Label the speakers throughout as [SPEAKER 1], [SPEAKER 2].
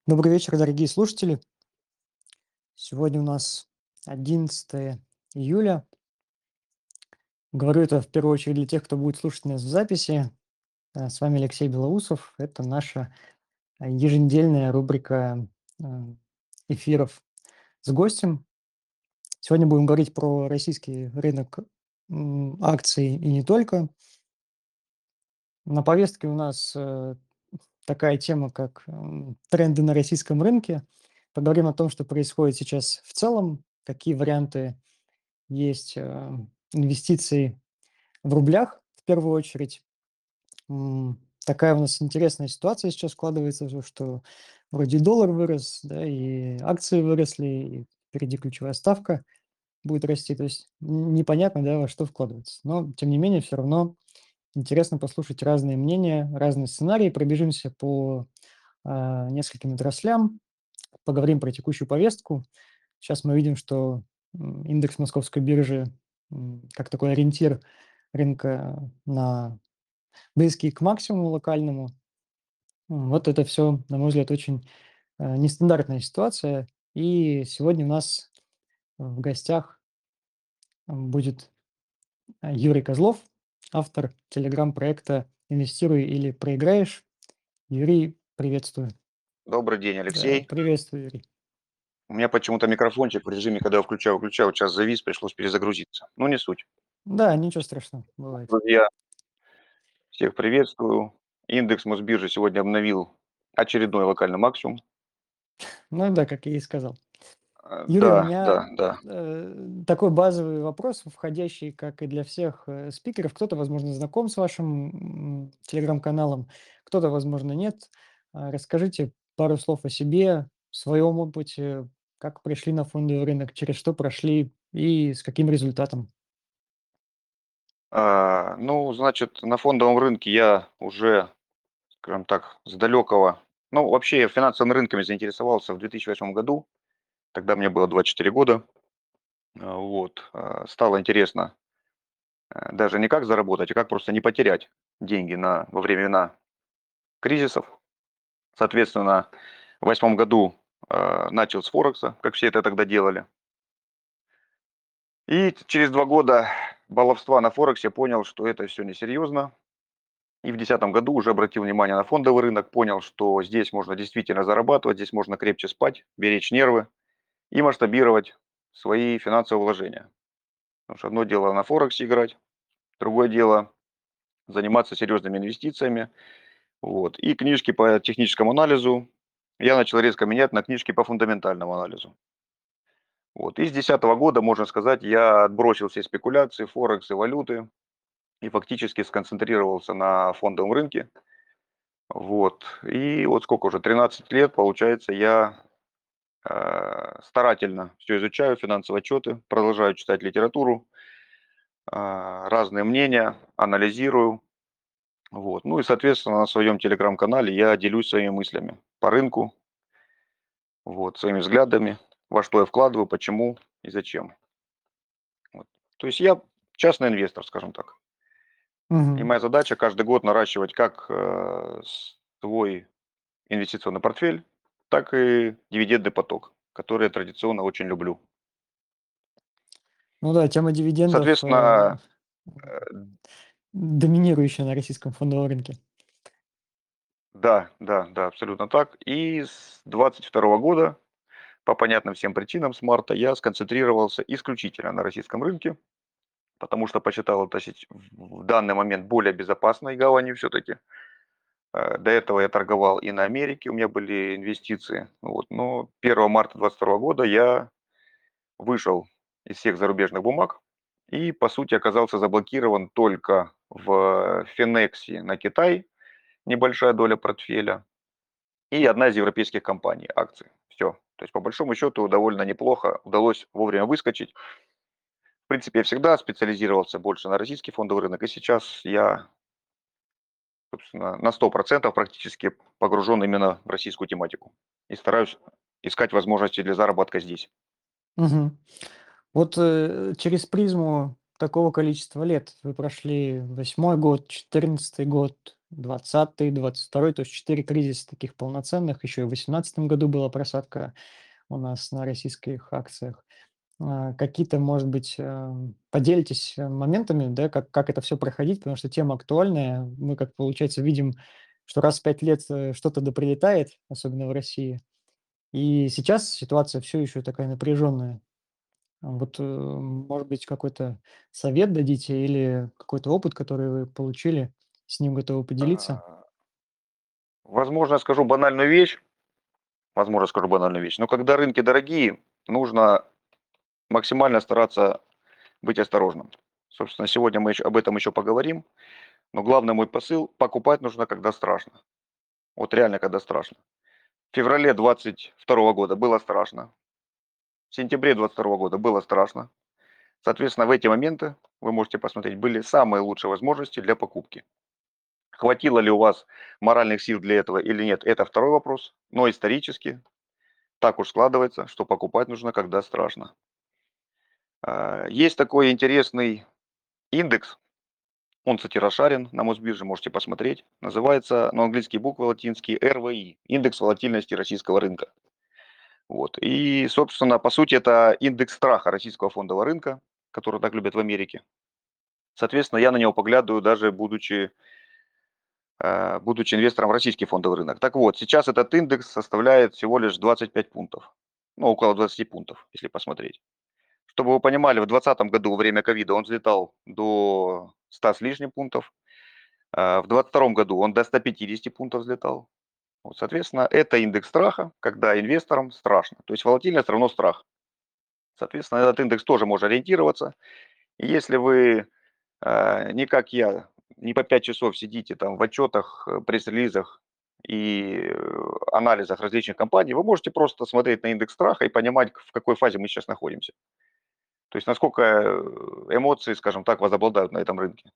[SPEAKER 1] Добрый вечер, дорогие слушатели. Сегодня у нас 11 июля. Говорю это в первую очередь для тех, кто будет слушать нас в записи. С вами Алексей Белоусов. Это наша еженедельная рубрика э, эфиров с гостем. Сегодня будем говорить про российский рынок акций и не только. На повестке у нас такая тема, как тренды на российском рынке. Поговорим о том, что происходит сейчас в целом, какие варианты есть инвестиции в рублях в первую очередь. Такая у нас интересная ситуация сейчас складывается, что вроде доллар вырос, да, и акции выросли, и впереди ключевая ставка будет расти. То есть непонятно, да, во что вкладываться. Но, тем не менее, все равно интересно послушать разные мнения, разные сценарии. Пробежимся по нескольким отраслям, поговорим про текущую повестку. Сейчас мы видим, что индекс московской биржи как такой ориентир рынка на близкий к максимуму локальному. Вот это все, на мой взгляд, очень нестандартная ситуация. И сегодня у нас в гостях будет Юрий Козлов, автор телеграм-проекта «Инвестируй или проиграешь». Юрий, приветствую.
[SPEAKER 2] Добрый день,
[SPEAKER 1] Да,
[SPEAKER 2] Алексей.
[SPEAKER 1] приветствую, Юрий.
[SPEAKER 2] У меня почему-то микрофончик в режиме, когда я включал, сейчас завис, пришлось перезагрузиться. Ну, не суть.
[SPEAKER 1] Да, ничего страшного, бывает.
[SPEAKER 2] Друзья, всех приветствую. Индекс Мосбиржи сегодня обновил очередной локальный максимум.
[SPEAKER 1] Ну да, как я и сказал. Юрий, у
[SPEAKER 2] Да,
[SPEAKER 1] меня
[SPEAKER 2] да, да.
[SPEAKER 1] такой базовый вопрос, входящий, как и для всех спикеров. Кто-то, возможно, знаком с вашим телеграм-каналом, кто-то, возможно, нет. Расскажите пару слов о себе, своем опыте, как пришли на фондовый рынок, через что прошли и с каким результатом.
[SPEAKER 2] Ну, значит, на фондовом рынке я уже, скажем так, с далекого... Ну, вообще, я финансовыми рынками заинтересовался в 2008 году. Тогда мне было 24 года. Стало интересно даже не как заработать, а как просто не потерять деньги во времена кризисов. Соответственно, в 2008 году начал с Форекса, как все это тогда делали. И через 2 года баловства на Форексе понял, что это все несерьезно. И в 2010 году уже обратил внимание на фондовый рынок, понял, что здесь можно действительно зарабатывать, здесь можно крепче спать, беречь нервы и масштабировать свои финансовые вложения. Потому что одно дело на Форексе играть, другое дело заниматься серьезными инвестициями. И книжки по техническому анализу я начал резко менять на книжки по фундаментальному анализу. И с 2010 года, можно сказать, я отбросил все спекуляции, Форекс и валюты и фактически сконцентрировался на фондовом рынке. И вот сколько уже, 13 лет, получается, я старательно все изучаю, финансовые отчеты, продолжаю читать литературу, разные мнения, анализирую. Ну и, соответственно, на своем телеграм-канале я делюсь своими мыслями по рынку, своими взглядами, во что я вкладываю, почему и зачем. Вот. То есть я частный инвестор, скажем так. И
[SPEAKER 1] Мгм.
[SPEAKER 2] моя задача каждый год наращивать как свой инвестиционный портфель, так и дивидендный поток, который я традиционно очень люблю.
[SPEAKER 1] Ну да, тема дивидендов
[SPEAKER 2] Соответственно,
[SPEAKER 1] доминирующая на российском фондовом рынке.
[SPEAKER 2] да, да, да, абсолютно так. И с 22 года, по понятным всем причинам, с марта я сконцентрировался исключительно на российском рынке, потому что посчитал это в данный момент более безопасной гаванью все-таки. До этого я торговал и на Америке, у меня были инвестиции. Но 1 марта 2022 года я вышел из всех зарубежных бумаг и, по сути, оказался заблокирован только в Финексе на Китай, небольшая доля портфеля, и одна из европейских компаний, акций. Все. То есть, по большому счету, довольно неплохо удалось вовремя выскочить. В принципе, я всегда специализировался больше на российский фондовый рынок, и сейчас я, собственно, на 100% практически погружен именно в российскую тематику. И стараюсь искать возможности для заработка здесь.
[SPEAKER 1] Мгм. Вот через призму такого количества лет вы прошли 8-й год, 14-й год, 20-й, 22-й, то есть 4 кризиса таких полноценных. Еще и в 2018 году была просадка у нас на российских акциях. Какие-то, может быть, поделитесь моментами, да, как это все проходить, потому что тема актуальная. Мы, как получается, видим, что раз в 5 лет что-то доприлетает, особенно в России. И сейчас ситуация все еще такая напряженная. Вот, может быть, какой-то совет дадите или какой-то опыт, который вы получили, с ним готовы поделиться?
[SPEAKER 2] А, Возможно, я скажу банальную вещь, но когда рынки дорогие, нужно максимально стараться быть осторожным. Собственно, сегодня мы об этом еще поговорим, но главный мой посыл – покупать нужно, когда страшно. Вот реально, когда страшно. В феврале 22 года было страшно, в сентябре 22 года было страшно. Соответственно, в эти моменты, вы можете посмотреть, были самые лучшие возможности для покупки. Хватило ли у вас моральных сил для этого или нет, это второй вопрос. Но исторически так уж складывается, что покупать нужно, когда страшно. Есть такой интересный индекс, он, кстати, расшарен на Мосбирже, можете посмотреть. Называется, на английские буквы латинские, РВИ, индекс волатильности российского рынка. Вот. И, собственно, по сути, это индекс страха российского фондового рынка, который так любят в Америке. Соответственно, я на него поглядываю, даже будучи инвестором в российский фондовый рынок. Так вот, сейчас этот индекс составляет всего лишь 25 пунктов. Ну, около 20 пунктов, если посмотреть. Чтобы вы понимали, в 2020 году, во время ковида, он взлетал до 100 с лишним пунктов. В 2022 году он до 150 пунктов взлетал. Вот, соответственно, это индекс страха, когда инвесторам страшно. То есть волатильность равно страх. Соответственно, этот индекс тоже может ориентироваться. И если вы не как я, не по 5 часов сидите там в отчетах, пресс-релизах и анализах различных компаний, вы можете просто смотреть на индекс страха и понимать, в какой фазе мы сейчас находимся. То есть насколько эмоции, скажем так, возобладают на этом рынке.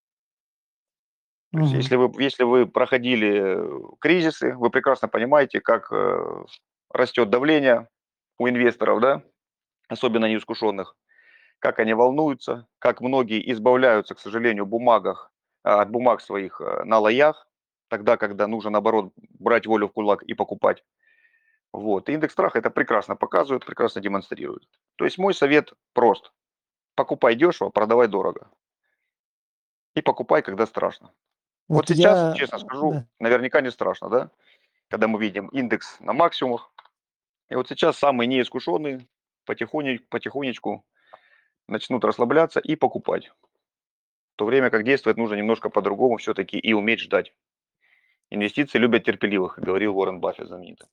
[SPEAKER 2] То есть
[SPEAKER 1] Мгм.
[SPEAKER 2] если вы проходили кризисы, вы прекрасно понимаете, как растет давление у инвесторов, да, особенно неискушенных, как они волнуются, как многие избавляются, к сожалению, от бумаг своих на лоях, тогда, когда нужно, наоборот, брать волю в кулак и покупать. Вот. И индекс страха это прекрасно показывает, прекрасно демонстрирует. То есть мой совет прост. Покупай дешево, продавай дорого. И покупай, когда страшно. Вот
[SPEAKER 1] Вот
[SPEAKER 2] сейчас,
[SPEAKER 1] я,
[SPEAKER 2] честно скажу,
[SPEAKER 1] да.
[SPEAKER 2] наверняка не страшно, да? Когда мы видим индекс на максимумах. И вот сейчас самые неискушенные потихонечку начнут расслабляться и покупать. В то время как действовать нужно немножко по-другому все-таки и уметь ждать. Инвестиции любят терпеливых, говорил Уоррен Баффет знаменитый.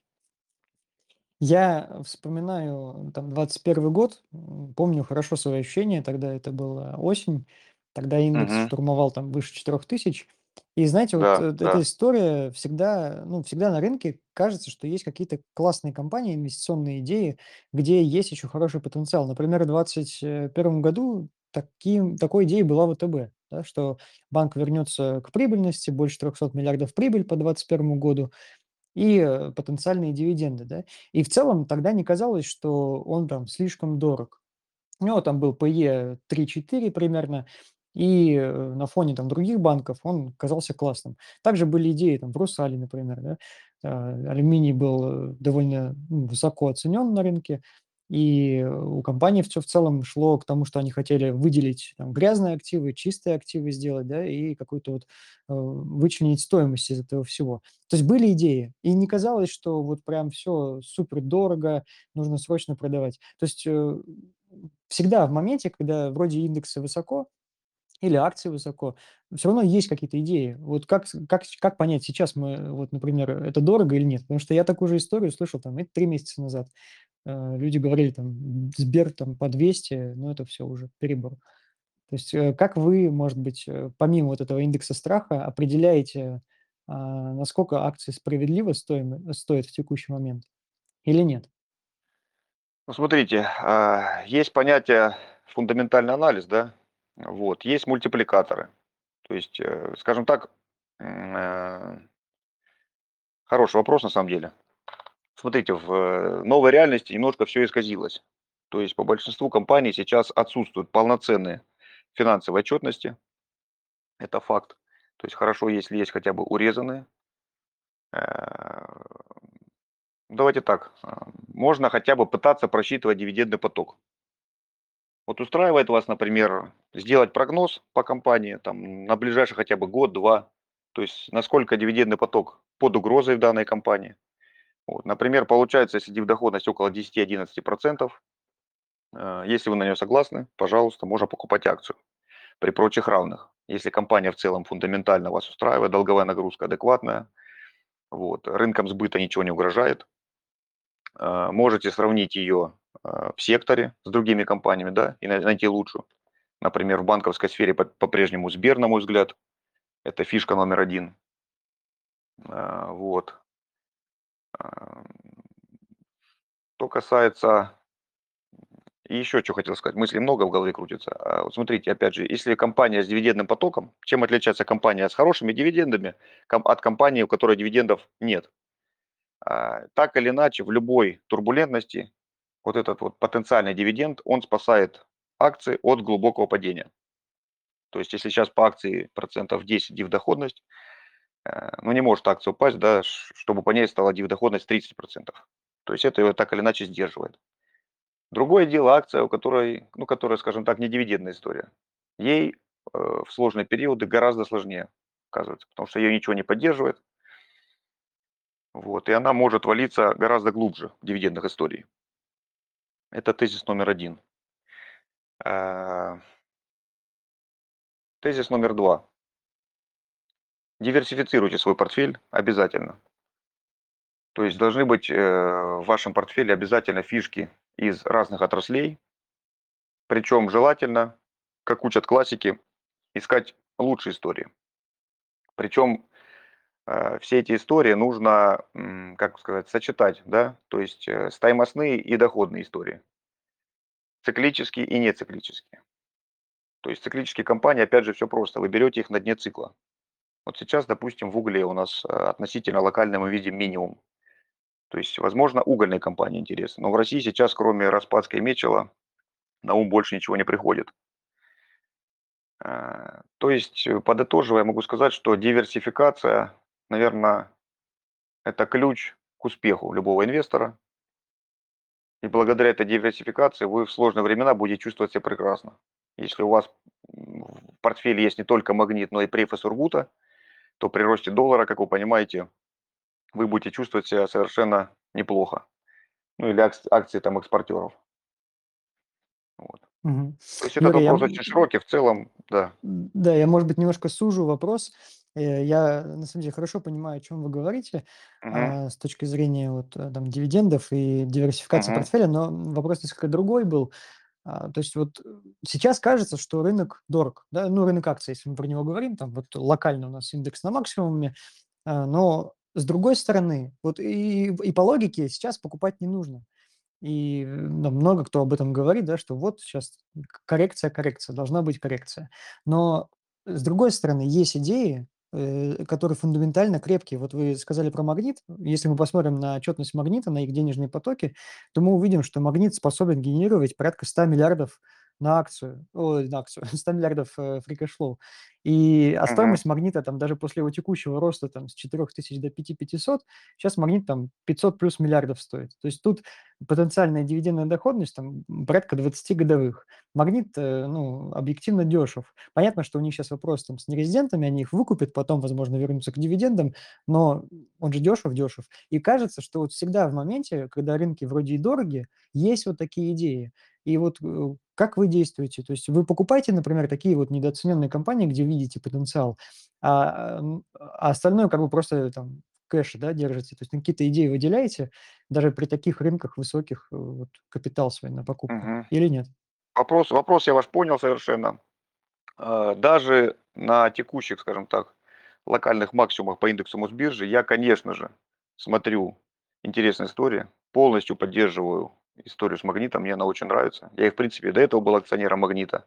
[SPEAKER 1] Я вспоминаю там 21 год, помню хорошо свои ощущения, тогда это была осень, тогда индекс
[SPEAKER 2] Мгм.
[SPEAKER 1] штурмовал там выше 4000. И знаете, вот
[SPEAKER 2] Да,
[SPEAKER 1] эта
[SPEAKER 2] да.
[SPEAKER 1] история всегда, ну, всегда на рынке кажется, что есть какие-то классные компании, инвестиционные идеи, где есть еще хороший потенциал. Например, в 2021 году такой идеей была ВТБ, да, что банк вернется к прибыльности, больше 300 миллиардов прибыль по 2021 году, и, потенциальные дивиденды, да. И в целом тогда не казалось, что он там слишком дорог. У него там был PE 3-4 примерно, и, на фоне там других банков он казался классным. Также были идеи там в «Русале», например, да. Алюминий был, довольно, высоко оценен на рынке, и у компании все в целом шло к тому, что они хотели выделить там грязные активы, чистые активы сделать, да, и какую-то вот, вычленить стоимость из этого всего. То есть были идеи, и не казалось, что вот прям все супер дорого, нужно срочно продавать. То есть, всегда в моменте, когда вроде индексы высоко или акции высоко, все равно есть какие-то идеи. Вот как понять, сейчас мы, вот, например, это дорого или нет? Потому что я такую же историю слышал там и 3 месяца назад. Люди говорили там: «Сбер там по 200», но это все уже перебор. То есть, как вы, может быть, помимо вот этого индекса страха определяете, насколько акции справедливо стоят в текущий момент или нет?
[SPEAKER 2] Ну, смотрите, есть понятие фундаментальный анализ, да, вот, есть мультипликаторы. То есть, скажем так, хороший вопрос на самом деле. Смотрите, в новой реальности немножко все исказилось. То есть по большинству компаний сейчас отсутствуют полноценные финансовые отчетности, это факт. То есть хорошо, если есть хотя бы урезанные. Давайте так, можно хотя бы пытаться просчитывать дивидендный поток. Вот устраивает вас, например, сделать прогноз по компании там, на ближайший хотя бы год-два, то есть насколько дивидендный поток под угрозой в данной компании. Вот, например, получается, если дивдоходность около 10-11%, если вы на нее согласны, пожалуйста, можно покупать акцию при прочих равных. Если компания в целом фундаментально вас устраивает, долговая нагрузка адекватная, вот, рынком сбыта ничего не угрожает, можете сравнить ее в секторе с другими компаниями, да, и найти лучшую. Например, в банковской сфере по-прежнему Сбер, на мой взгляд, это фишка номер один. Вот. А, Что касается... И еще что хотел сказать, мыслей много в голове крутится. Вот смотрите, опять же, если компания с дивидендным потоком, чем отличается компания с хорошими дивидендами от компании, у которой дивидендов нет? Так или иначе, в любой турбулентности вот этот вот потенциальный дивиденд, он спасает акции от глубокого падения. То есть, если сейчас по акции процентов 10 дивдоходность, ну не может акция упасть, да, чтобы по ней стала дивдоходность 30%. То есть это его так или иначе сдерживает. Другое дело акция, у которой, ну, которая, скажем так, не дивидендная история. Ей в сложные периоды гораздо сложнее оказывается, потому что ее ничего не поддерживает. Вот, и она может валиться гораздо глубже в дивидендных историй. Это тезис номер один. Э, Тезис номер два. Диверсифицируйте свой портфель обязательно. То есть должны быть в вашем портфеле обязательно фишки из разных отраслей. Причем желательно, как учат классики, искать лучшие истории. Причем все эти истории нужно, как сказать, сочетать, да, то есть стоимостные и доходные истории, циклические и нециклические. То есть циклические компании, опять же, все просто, вы берете их на дне цикла. Вот сейчас, допустим, в угле у нас относительно локально мы видим минимум. То есть, возможно, угольные компании интересны. Но в России сейчас, кроме Распадской и Мечела, на ум больше ничего не приходит. То есть, подытоживая, могу сказать, что диверсификация, наверное, это ключ к успеху любого инвестора. И благодаря этой диверсификации вы в сложные времена будете чувствовать себя прекрасно. Если у вас в портфеле есть не только магнит, но и префы Сургута, то при росте доллара, как вы понимаете, вы будете чувствовать себя совершенно неплохо. Ну или акции там экспортеров. Вот.
[SPEAKER 1] Мгм.
[SPEAKER 2] То есть этот
[SPEAKER 1] Юрий,
[SPEAKER 2] вопрос очень широкий, в целом, да.
[SPEAKER 1] да, я, может быть, немножко сужу вопрос. Я, на самом деле, хорошо понимаю, о чем вы говорите,
[SPEAKER 2] Мгм,
[SPEAKER 1] с точки зрения вот, там, дивидендов и диверсификации
[SPEAKER 2] мгм,
[SPEAKER 1] портфеля, но вопрос несколько другой был. То есть вот сейчас кажется, что рынок дорог, да, ну, рынок акций, если мы про него говорим, там вот локально у нас индекс на максимуме, но с другой стороны, вот и по логике сейчас покупать не нужно. И, да, много кто об этом говорит, да, что вот сейчас коррекция, коррекция, должна быть коррекция. Но с другой стороны, есть идеи, которые фундаментально крепкие. Вот вы сказали про «Магнит». Если мы посмотрим на отчетность «Магнита», на их денежные потоки, то мы увидим, что «Магнит» способен генерировать порядка 100 миллиардов на акцию, ой, на акцию, 100 миллиардов free cash flow. А
[SPEAKER 2] мгм,
[SPEAKER 1] стоимость «Магнита» там даже после его текущего роста там, с 4000 до 5500, сейчас «Магнит» там 500 плюс миллиардов стоит. То есть тут потенциальная дивидендная доходность там порядка 20 годовых. Магнит, ну, объективно дешев. Понятно, что у них сейчас вопрос там с нерезидентами, они их выкупят, потом, возможно, вернутся к дивидендам, но он же дешев. И кажется, что вот всегда в моменте, когда рынки вроде и дороги, есть вот такие идеи. И вот как вы действуете? То есть вы покупаете, например, такие вот недооцененные компании, где видите потенциал, а остальное как бы просто там кэш, да, держите, то есть какие-то идеи выделяете, даже при таких рынках высоких, вот капитал свой на покупку
[SPEAKER 2] мгм.
[SPEAKER 1] или нет?
[SPEAKER 2] Вопрос я ваш понял совершенно. Даже на текущих, скажем так, локальных максимумах по индексу Мосбиржи я, конечно же, смотрю интересные истории, полностью поддерживаю историю с Магнитом, мне она очень нравится. Я и, в принципе, до этого был акционером Магнита.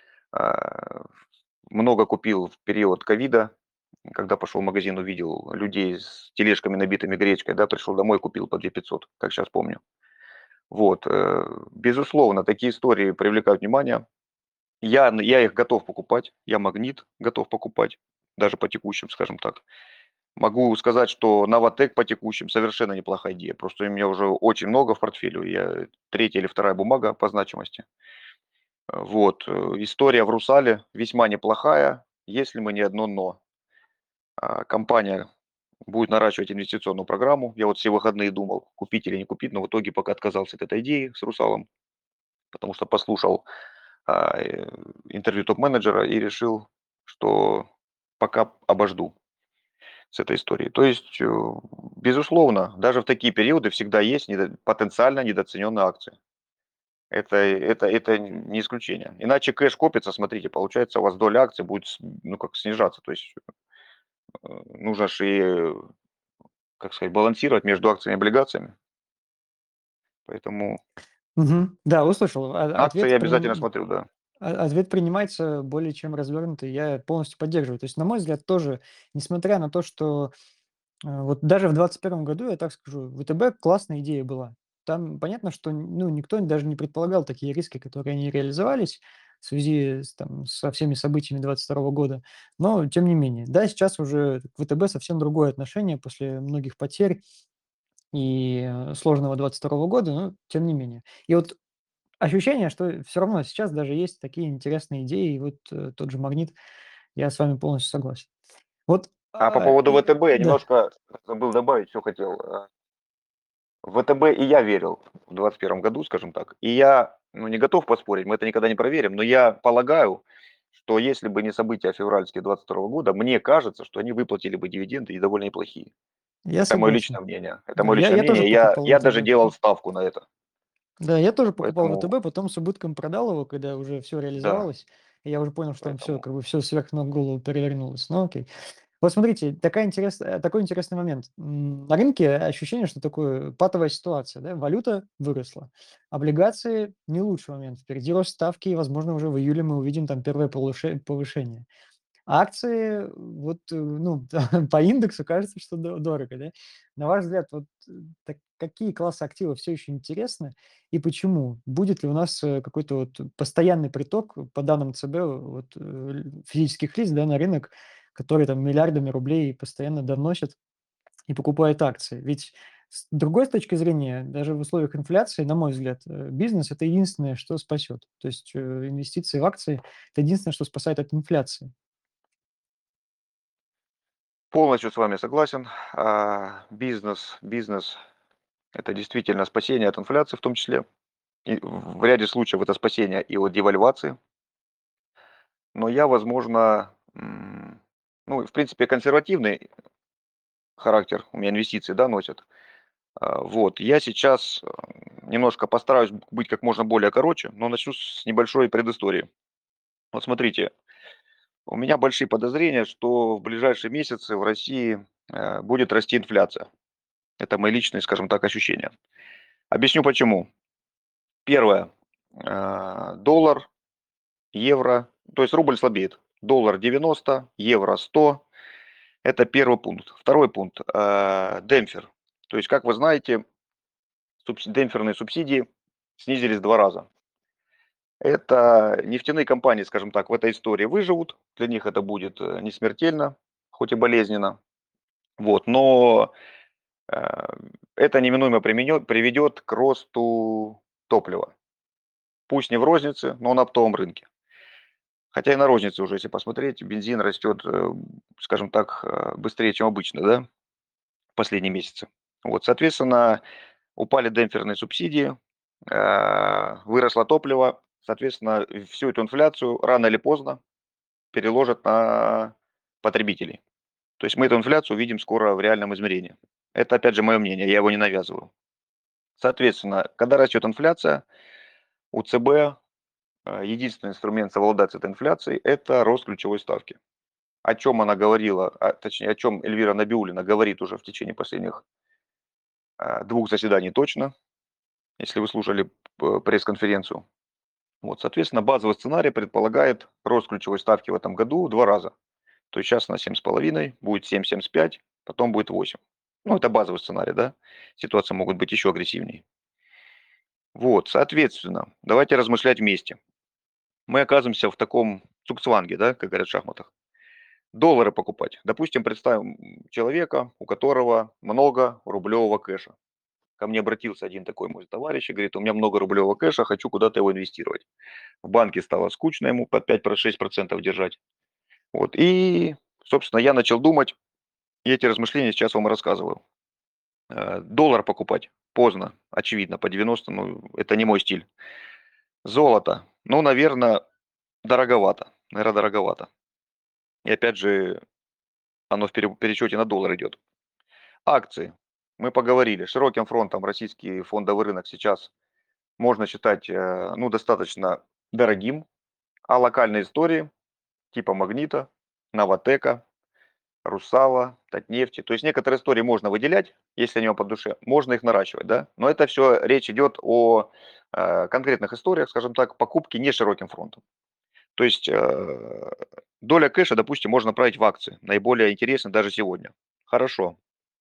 [SPEAKER 2] А, Много купил в период ковида, когда пошел в магазин, увидел людей с тележками, набитыми гречкой, да, пришел домой, купил по 2 500, как сейчас помню. Вот, безусловно, такие истории привлекают внимание. Я их готов покупать, я Магнит готов покупать. даже по текущим, скажем так. Могу сказать, что Новотек по текущим совершенно неплохая идея. Просто у меня уже очень много в портфеле. Я третья или вторая бумага по значимости. Вот. История в Русале весьма неплохая, если мы не одно но. Компания будет наращивать инвестиционную программу. Я вот все выходные думал, купить или не купить, но в итоге пока отказался от этой идеи с Русалом, потому что послушал а, э, интервью топ-менеджера и решил, что пока обожду с этой историей. То есть, безусловно, даже в такие периоды всегда есть потенциально недооцененные акции. Это не исключение. Иначе кэш копится, смотрите, получается, у вас доля акций будет ну, как снижаться. То есть нужно же и, как сказать, балансировать между акциями и облигациями. Поэтому
[SPEAKER 1] Мгм. Да, услышал.
[SPEAKER 2] акции я обязательно смотрю, да.
[SPEAKER 1] Ответ принимается более чем развернутый. Я полностью поддерживаю. То есть, на мой взгляд, тоже, несмотря на то, что вот даже в 2021 году, я так скажу, ВТБ классная идея была. Там понятно, что ну, никто даже не предполагал такие риски, которые они реализовались в связи со всеми событиями 2022 года. Но тем не менее, да, сейчас уже к ВТБ совсем другое отношение после многих потерь и сложного 2022 года, но тем не менее. И вот ощущение, что все равно сейчас даже есть такие интересные идеи, и вот тот же «Магнит», я с вами полностью согласен. Вот,
[SPEAKER 2] А по поводу ВТБ я
[SPEAKER 1] да.
[SPEAKER 2] немножко забыл добавить, что хотел. В ВТБ и я верил в 2021 году, скажем так. И я, ну, не готов поспорить, мы это никогда не проверим, но я полагаю, что если бы не события февральские 2022 года, мне кажется, что они выплатили бы дивиденды и довольно неплохие.
[SPEAKER 1] Я
[SPEAKER 2] Это мое
[SPEAKER 1] согласен.
[SPEAKER 2] личное мнение. Это
[SPEAKER 1] Да,
[SPEAKER 2] мое
[SPEAKER 1] я
[SPEAKER 2] личное
[SPEAKER 1] я тоже
[SPEAKER 2] мнение.
[SPEAKER 1] покупал
[SPEAKER 2] Я даже
[SPEAKER 1] ВТБ.
[SPEAKER 2] делал ставку на это.
[SPEAKER 1] Да, я тоже покупал
[SPEAKER 2] Поэтому,
[SPEAKER 1] ВТБ, потом с убытком продал его, когда уже все
[SPEAKER 2] да,
[SPEAKER 1] реализовалось. И я уже понял, что там все
[SPEAKER 2] поэтому.
[SPEAKER 1] как бы все сверх ног голову перевернулось. Ну, окей. Вот смотрите, такой интересный момент. На рынке ощущение, что такое патовая ситуация, да, валюта выросла, облигации- не лучший момент. Впереди рост ставки, и, возможно, уже в июле мы увидим там первое повышение. Акции, вот, ну, по индексу кажется, что дорого, да? На ваш взгляд, вот какие классы активов все еще интересны и почему? Будет ли у нас какой-то вот постоянный приток, по данным ЦБ, вот, физических лиц, да, на рынок, которые там миллиардами рублей постоянно доносят и покупают акции? Ведь с другой точки зрения, даже в условиях инфляции, на мой взгляд, бизнес– это единственное, что спасет. То есть инвестиции в акции– это единственное, что спасает от инфляции.
[SPEAKER 2] Полностью с вами согласен. Бизнес– это действительно спасение от инфляции в том числе. И в ряде случаев это спасение и от девальвации. Но я, возможно, ну, в принципе, консервативный характер у меня инвестиции, да, носят. Вот, я сейчас немножко постараюсь быть как можно более короче, но начну с небольшой предыстории. Вот смотрите, у меня большие подозрения, что в ближайшие месяцы в России будет расти инфляция. Это мои личные, скажем так, ощущения. Объясню почему. Первое. Доллар, евро, то есть рубль слабеет. Доллар 90, евро 100. Это первый пункт. Второй пункт. Демпфер. То есть, как вы знаете, демпферные субсидии снизились 2 раза. Это нефтяные компании, скажем так, в этой истории выживут. Для них это будет не смертельно, хоть и болезненно. Вот, но э, это неминуемо приведет к росту топлива. Пусть не в рознице, но на оптовом рынке. Хотя и на рознице уже, если посмотреть, бензин растет, скажем так, быстрее, чем обычно, да, в последние месяцы. Вот, соответственно, упали демпферные субсидии, выросло топливо, соответственно, всю эту инфляцию рано или поздно переложат на потребителей. То есть мы эту инфляцию увидим скоро в реальном измерении. Это, опять же, мое мнение, я его не навязываю. Соответственно, когда растет инфляция, у ЦБ единственный инструмент совладать с этой инфляцией– это рост ключевой ставки. О чем она говорила, точнее, о чем Эльвира Набиуллина говорит уже в течение последних 2 заседаний точно, если вы слушали пресс-конференцию. Вот, соответственно, базовый сценарий предполагает рост ключевой ставки в этом году в 2 раза. То есть сейчас на 7,5, будет 7,75, потом будет 8. Ну, это базовый сценарий, да? Ситуации могут быть еще агрессивнее. Вот, соответственно, давайте размышлять вместе. Мы оказываемся в таком цугцванге, да, как говорят в шахматах. Доллары покупать. Допустим, представим человека, у которого много рублевого кэша. Ко мне обратился один такой мой товарищ и говорит: у меня много рублевого кэша, хочу куда-то его инвестировать. В банке стало скучно ему под 5-6% держать. Вот. И, собственно, я начал думать, и эти размышления сейчас вам и рассказываю. Доллар покупать поздно, очевидно, по 90, ну, это не мой стиль. Золото, ну, наверное, дороговато. Наверное, дороговато. И опять же, оно в пересчете на доллар идет. Акции. Мы поговорили. Широким фронтом российский фондовый рынок сейчас можно считать, ну, достаточно дорогим, а локальные истории типа Магнита, Новотека, Русала, Татнефти. То есть некоторые истории можно выделять, если они вам по душе, можно их наращивать, да. Но это все речь идет о конкретных историях, скажем так, покупки не широким фронтом. То есть доля кэша, допустим, можно направить в акции, наиболее интересны даже сегодня. Хорошо.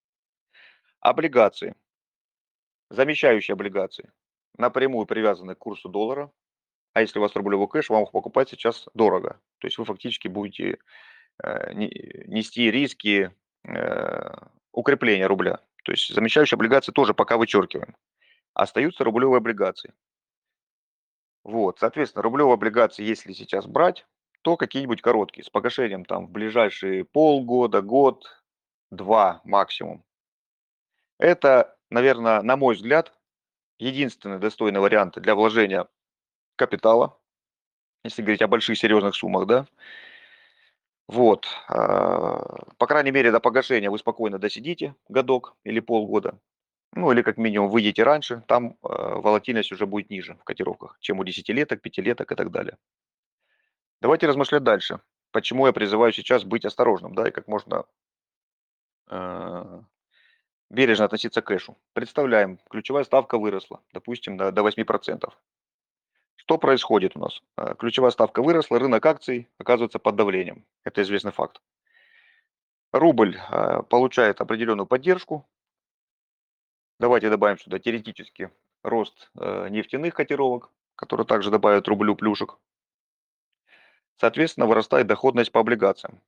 [SPEAKER 2] Облигации, замещающие облигации, напрямую привязаны к курсу доллара. А если у вас рублевой кэш, вам их покупать сейчас дорого. То есть вы фактически будете нести риски укрепления рубля. То есть замещающие облигации тоже пока вычеркиваем. Остаются рублевые облигации. Вот, соответственно, рублевые облигации, если сейчас брать, то какие-нибудь короткие, с погашением там в ближайшие полгода, год, два максимум. Это, наверное, на мой взгляд, единственный достойный вариант для вложения капитала, если говорить о больших серьезных суммах, да. Вот, по крайней мере, до погашения вы спокойно досидите годок или полгода. Ну, или как минимум выйдете раньше, там волатильность уже будет ниже в котировках, чем у десятилеток, пятилеток и так далее. Давайте размышлять дальше. Почему я призываю сейчас быть осторожным, да, и как можно э, бережно относиться к кэшу. Представляем, ключевая ставка выросла, допустим, до 8%. Что происходит у нас? Ключевая ставка выросла, рынок акций оказывается под давлением. Это известный факт. Рубль получает определенную поддержку. Давайте добавим сюда теоретически рост нефтяных котировок, которые также добавят рублю плюшек. Соответственно, вырастает доходность по облигациям.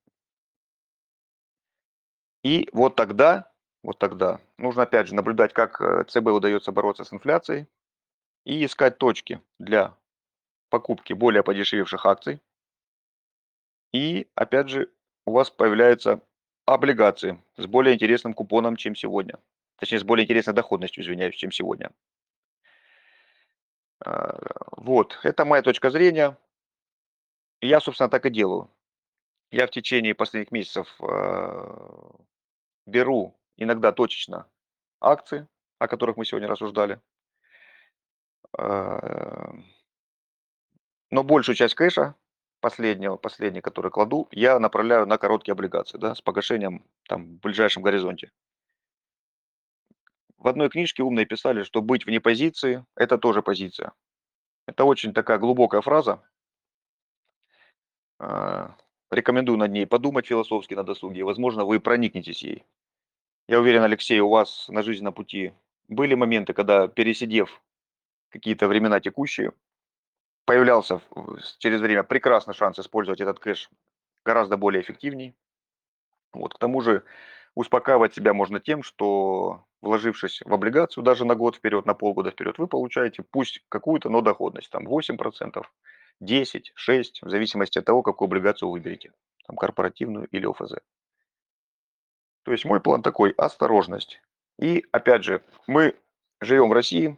[SPEAKER 2] И вот тогда нужно опять же наблюдать, как ЦБ удается бороться с инфляцией и искать точки для покупки более подешевевших акций. И опять же у вас появляются облигации с более интересным купоном, чем сегодня. Точнее, с более интересной доходностью, извиняюсь, чем сегодня. Вот, это моя точка зрения. И я, собственно, так и делаю. Я в течение последних месяцев беру иногда точечно акции, о которых мы сегодня рассуждали, а, но большую часть кэша, последний, который кладу, я направляю на короткие облигации, да, с погашением там в ближайшем горизонте. В одной книжке умные писали, что быть вне позиции– это тоже позиция. Это очень такая глубокая фраза. а, Рекомендую над ней подумать философски на досуге. Возможно, вы проникнетесь ей. Я уверен, Алексей, у вас на жизненном пути были моменты, когда, пересидев какие-то времена текущие, появлялся через время прекрасный шанс использовать этот кэш гораздо более эффективней. Вот. К тому же успокаивать себя можно тем, что, вложившись в облигацию даже на год вперед, на полгода вперед, вы получаете пусть какую-то, но доходность, там 8%, 10, 6, в зависимости от того, какую облигацию вы выберете, там корпоративную или ОФЗ. То есть мой план такой – осторожность. И опять же, мы живем в России,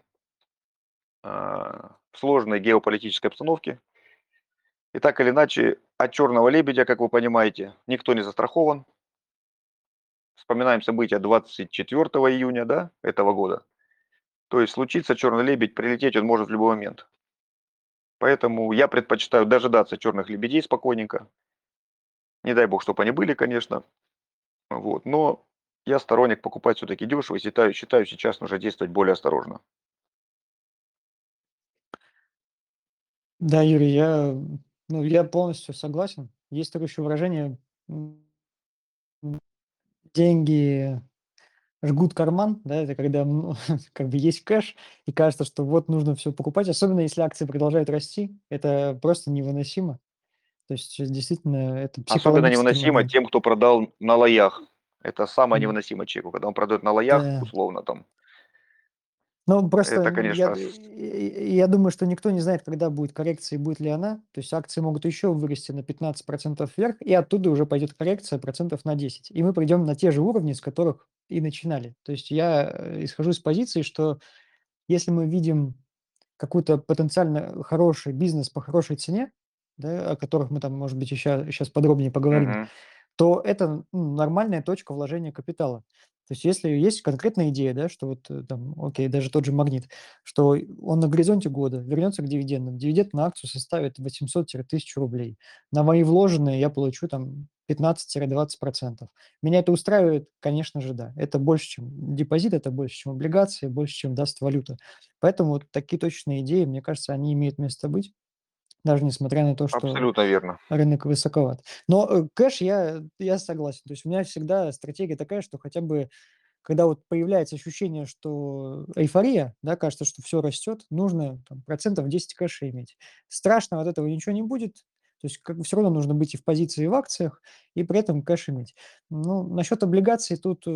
[SPEAKER 2] в сложной геополитической обстановке. И так или иначе, от черного лебедя, как вы понимаете, никто не застрахован. Вспоминаем события 24 июня, да, этого года. То есть случится черный лебедь, прилететь он может в любой момент. Поэтому я предпочитаю дожидаться черных лебедей спокойненько. Не дай бог, чтобы они были, конечно. Вот. Но я сторонник покупать все-таки дешево и считаю, сейчас нужно действовать более осторожно.
[SPEAKER 1] Да, Юрий, я полностью согласен. Есть такое еще выражение, деньги жгут карман, да, это когда как бы есть кэш, и кажется, что вот нужно все покупать, особенно если акции продолжают расти, это просто невыносимо. То есть действительно это
[SPEAKER 2] Особенно
[SPEAKER 1] психологический
[SPEAKER 2] невыносимо
[SPEAKER 1] момент.
[SPEAKER 2] тем, кто продал на лоях. Это самое
[SPEAKER 1] М,
[SPEAKER 2] невыносимо человеку, когда он продает на лоях,
[SPEAKER 1] Да.
[SPEAKER 2] условно там.
[SPEAKER 1] Ну,
[SPEAKER 2] Это,
[SPEAKER 1] просто
[SPEAKER 2] конечно,
[SPEAKER 1] я думаю, что никто не знает, когда будет коррекция и будет ли она. То есть акции могут еще вырасти на 15% вверх, и оттуда уже пойдет коррекция процентов на 10. И мы придем на те же уровни, с которых и начинали. То есть я исхожу с позиции, что если мы видим какой-то потенциально хороший бизнес по хорошей цене, да, о которых мы там, может быть, еще сейчас подробнее поговорим,
[SPEAKER 2] мгм.
[SPEAKER 1] то это, нормальная точка вложения капитала. То есть если есть конкретная идея, да, что вот, там, окей, даже тот же "Магнит", что он на горизонте года вернется к дивидендам. Дивиденд на акцию составит 800-1000 рублей. На мои вложенные я получу там 15-20%. Меня это устраивает? Конечно же, да. Это больше, чем депозит, это больше, чем облигации, больше, чем даст валюта. Поэтому вот такие точные идеи, мне кажется, они имеют место быть, даже несмотря на то, что
[SPEAKER 2] Абсолютно верно.
[SPEAKER 1] рынок высоковат. Но, кэш я согласен. То есть у меня всегда стратегия такая, что хотя бы когда вот появляется ощущение, что эйфория, да, кажется, что все растет, нужно там процентов 10 кэша иметь. Страшного от этого ничего не будет. То есть как бы всё равно нужно быть и в позиции, и в акциях, и при этом кэш иметь. Ну, насчет облигаций тут,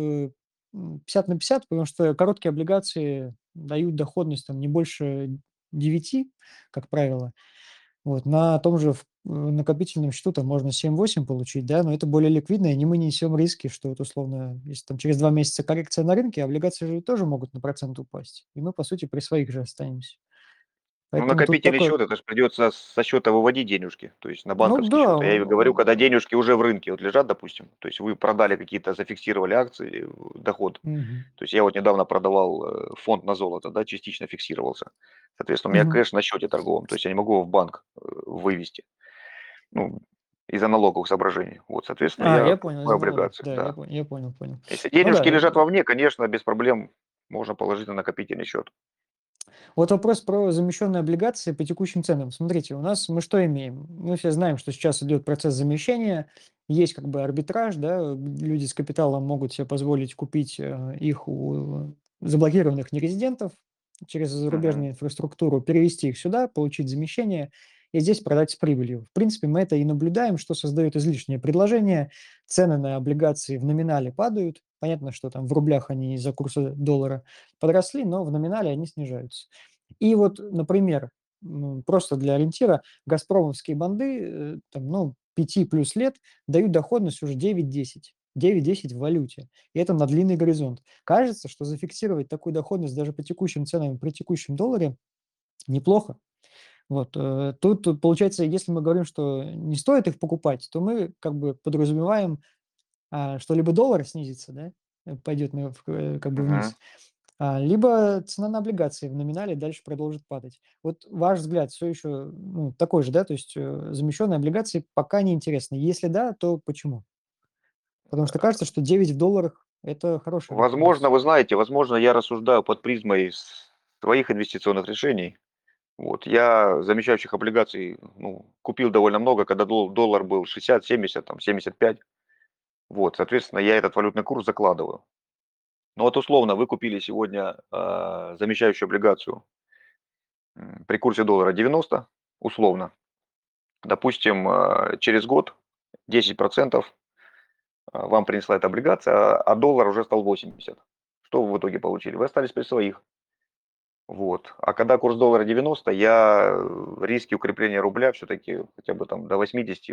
[SPEAKER 1] 50 на 50, потому что короткие облигации дают доходность там не больше 9, как правило. Вот, на том же накопительном счету там можно 7-8 получить, да, но это более ликвидно, и не мы несем риски, что вот условно, если там через 2 месяца коррекция на рынке, облигации же тоже могут на процент упасть, и мы, по сути, при своих же останемся.
[SPEAKER 2] Ну,
[SPEAKER 1] Поэтому тут
[SPEAKER 2] накопительный
[SPEAKER 1] такой,
[SPEAKER 2] счет, это ж придется со счета выводить денежки, то есть на
[SPEAKER 1] ну
[SPEAKER 2] банковский
[SPEAKER 1] да,
[SPEAKER 2] счет. А я и говорю, когда денежки уже в рынке вот лежат, допустим, то есть вы продали какие-то, зафиксировали акции, доход.
[SPEAKER 1] мгм,
[SPEAKER 2] То есть я вот недавно продавал фонд на золото, да, частично фиксировался. Соответственно, у меня
[SPEAKER 1] мгм.
[SPEAKER 2] кэш на счете торговом, то есть я не могу его в банк вывести, ну, из-за налоговых соображений. Вот, соответственно, я
[SPEAKER 1] Я понял, из-за
[SPEAKER 2] покупаю
[SPEAKER 1] налогов,
[SPEAKER 2] облигации,
[SPEAKER 1] да,
[SPEAKER 2] да.
[SPEAKER 1] я понял.
[SPEAKER 2] Если
[SPEAKER 1] Ну
[SPEAKER 2] денежки
[SPEAKER 1] да,
[SPEAKER 2] лежат вовне, конечно, без проблем можно положить на накопительный счет.
[SPEAKER 1] вот вопрос про замещенные облигации по текущим ценам. Смотрите, у нас мы что имеем? Мы все знаем, что сейчас идет процесс замещения, есть как бы арбитраж, да, люди с капиталом могут себе позволить купить их у заблокированных нерезидентов через
[SPEAKER 2] Мгм.
[SPEAKER 1] зарубежную инфраструктуру, перевести их сюда, получить замещение и здесь продать с прибылью. В принципе, мы это и наблюдаем, что создает излишнее предложение, цены на облигации в номинале падают. Понятно, что там в рублях они из-за курса доллара подросли, но в номинале они снижаются. И вот, например, просто для ориентира, газпромовские банды, там, ну, 5 плюс лет дают доходность уже 9-10. 9-10 в валюте. И это на длинный горизонт. Кажется, что зафиксировать такую доходность даже по текущим ценам, при текущем долларе неплохо. Вот, тут получается, если мы говорим, что не стоит их покупать, то мы как бы подразумеваем, что либо доллар снизится, да, пойдет как бы
[SPEAKER 2] Мгм.
[SPEAKER 1] вниз, либо цена на облигации в номинале дальше продолжит падать. Вот ваш взгляд все еще, такой же, да, то есть, замещенные облигации пока не интересны. Если да, то почему? Потому что кажется, что 9 в долларах — это хорошая
[SPEAKER 2] Возможно,
[SPEAKER 1] доходность.
[SPEAKER 2] вы знаете, возможно, я рассуждаю под призмой своих инвестиционных решений. Вот, я замещающих облигаций, ну, купил довольно много, когда доллар был 60, 70, там, 75. Вот, соответственно, я этот валютный курс закладываю. Но вот условно вы купили сегодня замещающую облигацию при курсе доллара 90, условно. Допустим, через год 10% вам принесла эта облигация, а доллар уже стал 80. Что вы в итоге получили? Вы остались при своих. Вот. А когда курс доллара 90, я риски укрепления рубля все-таки хотя бы там до 80,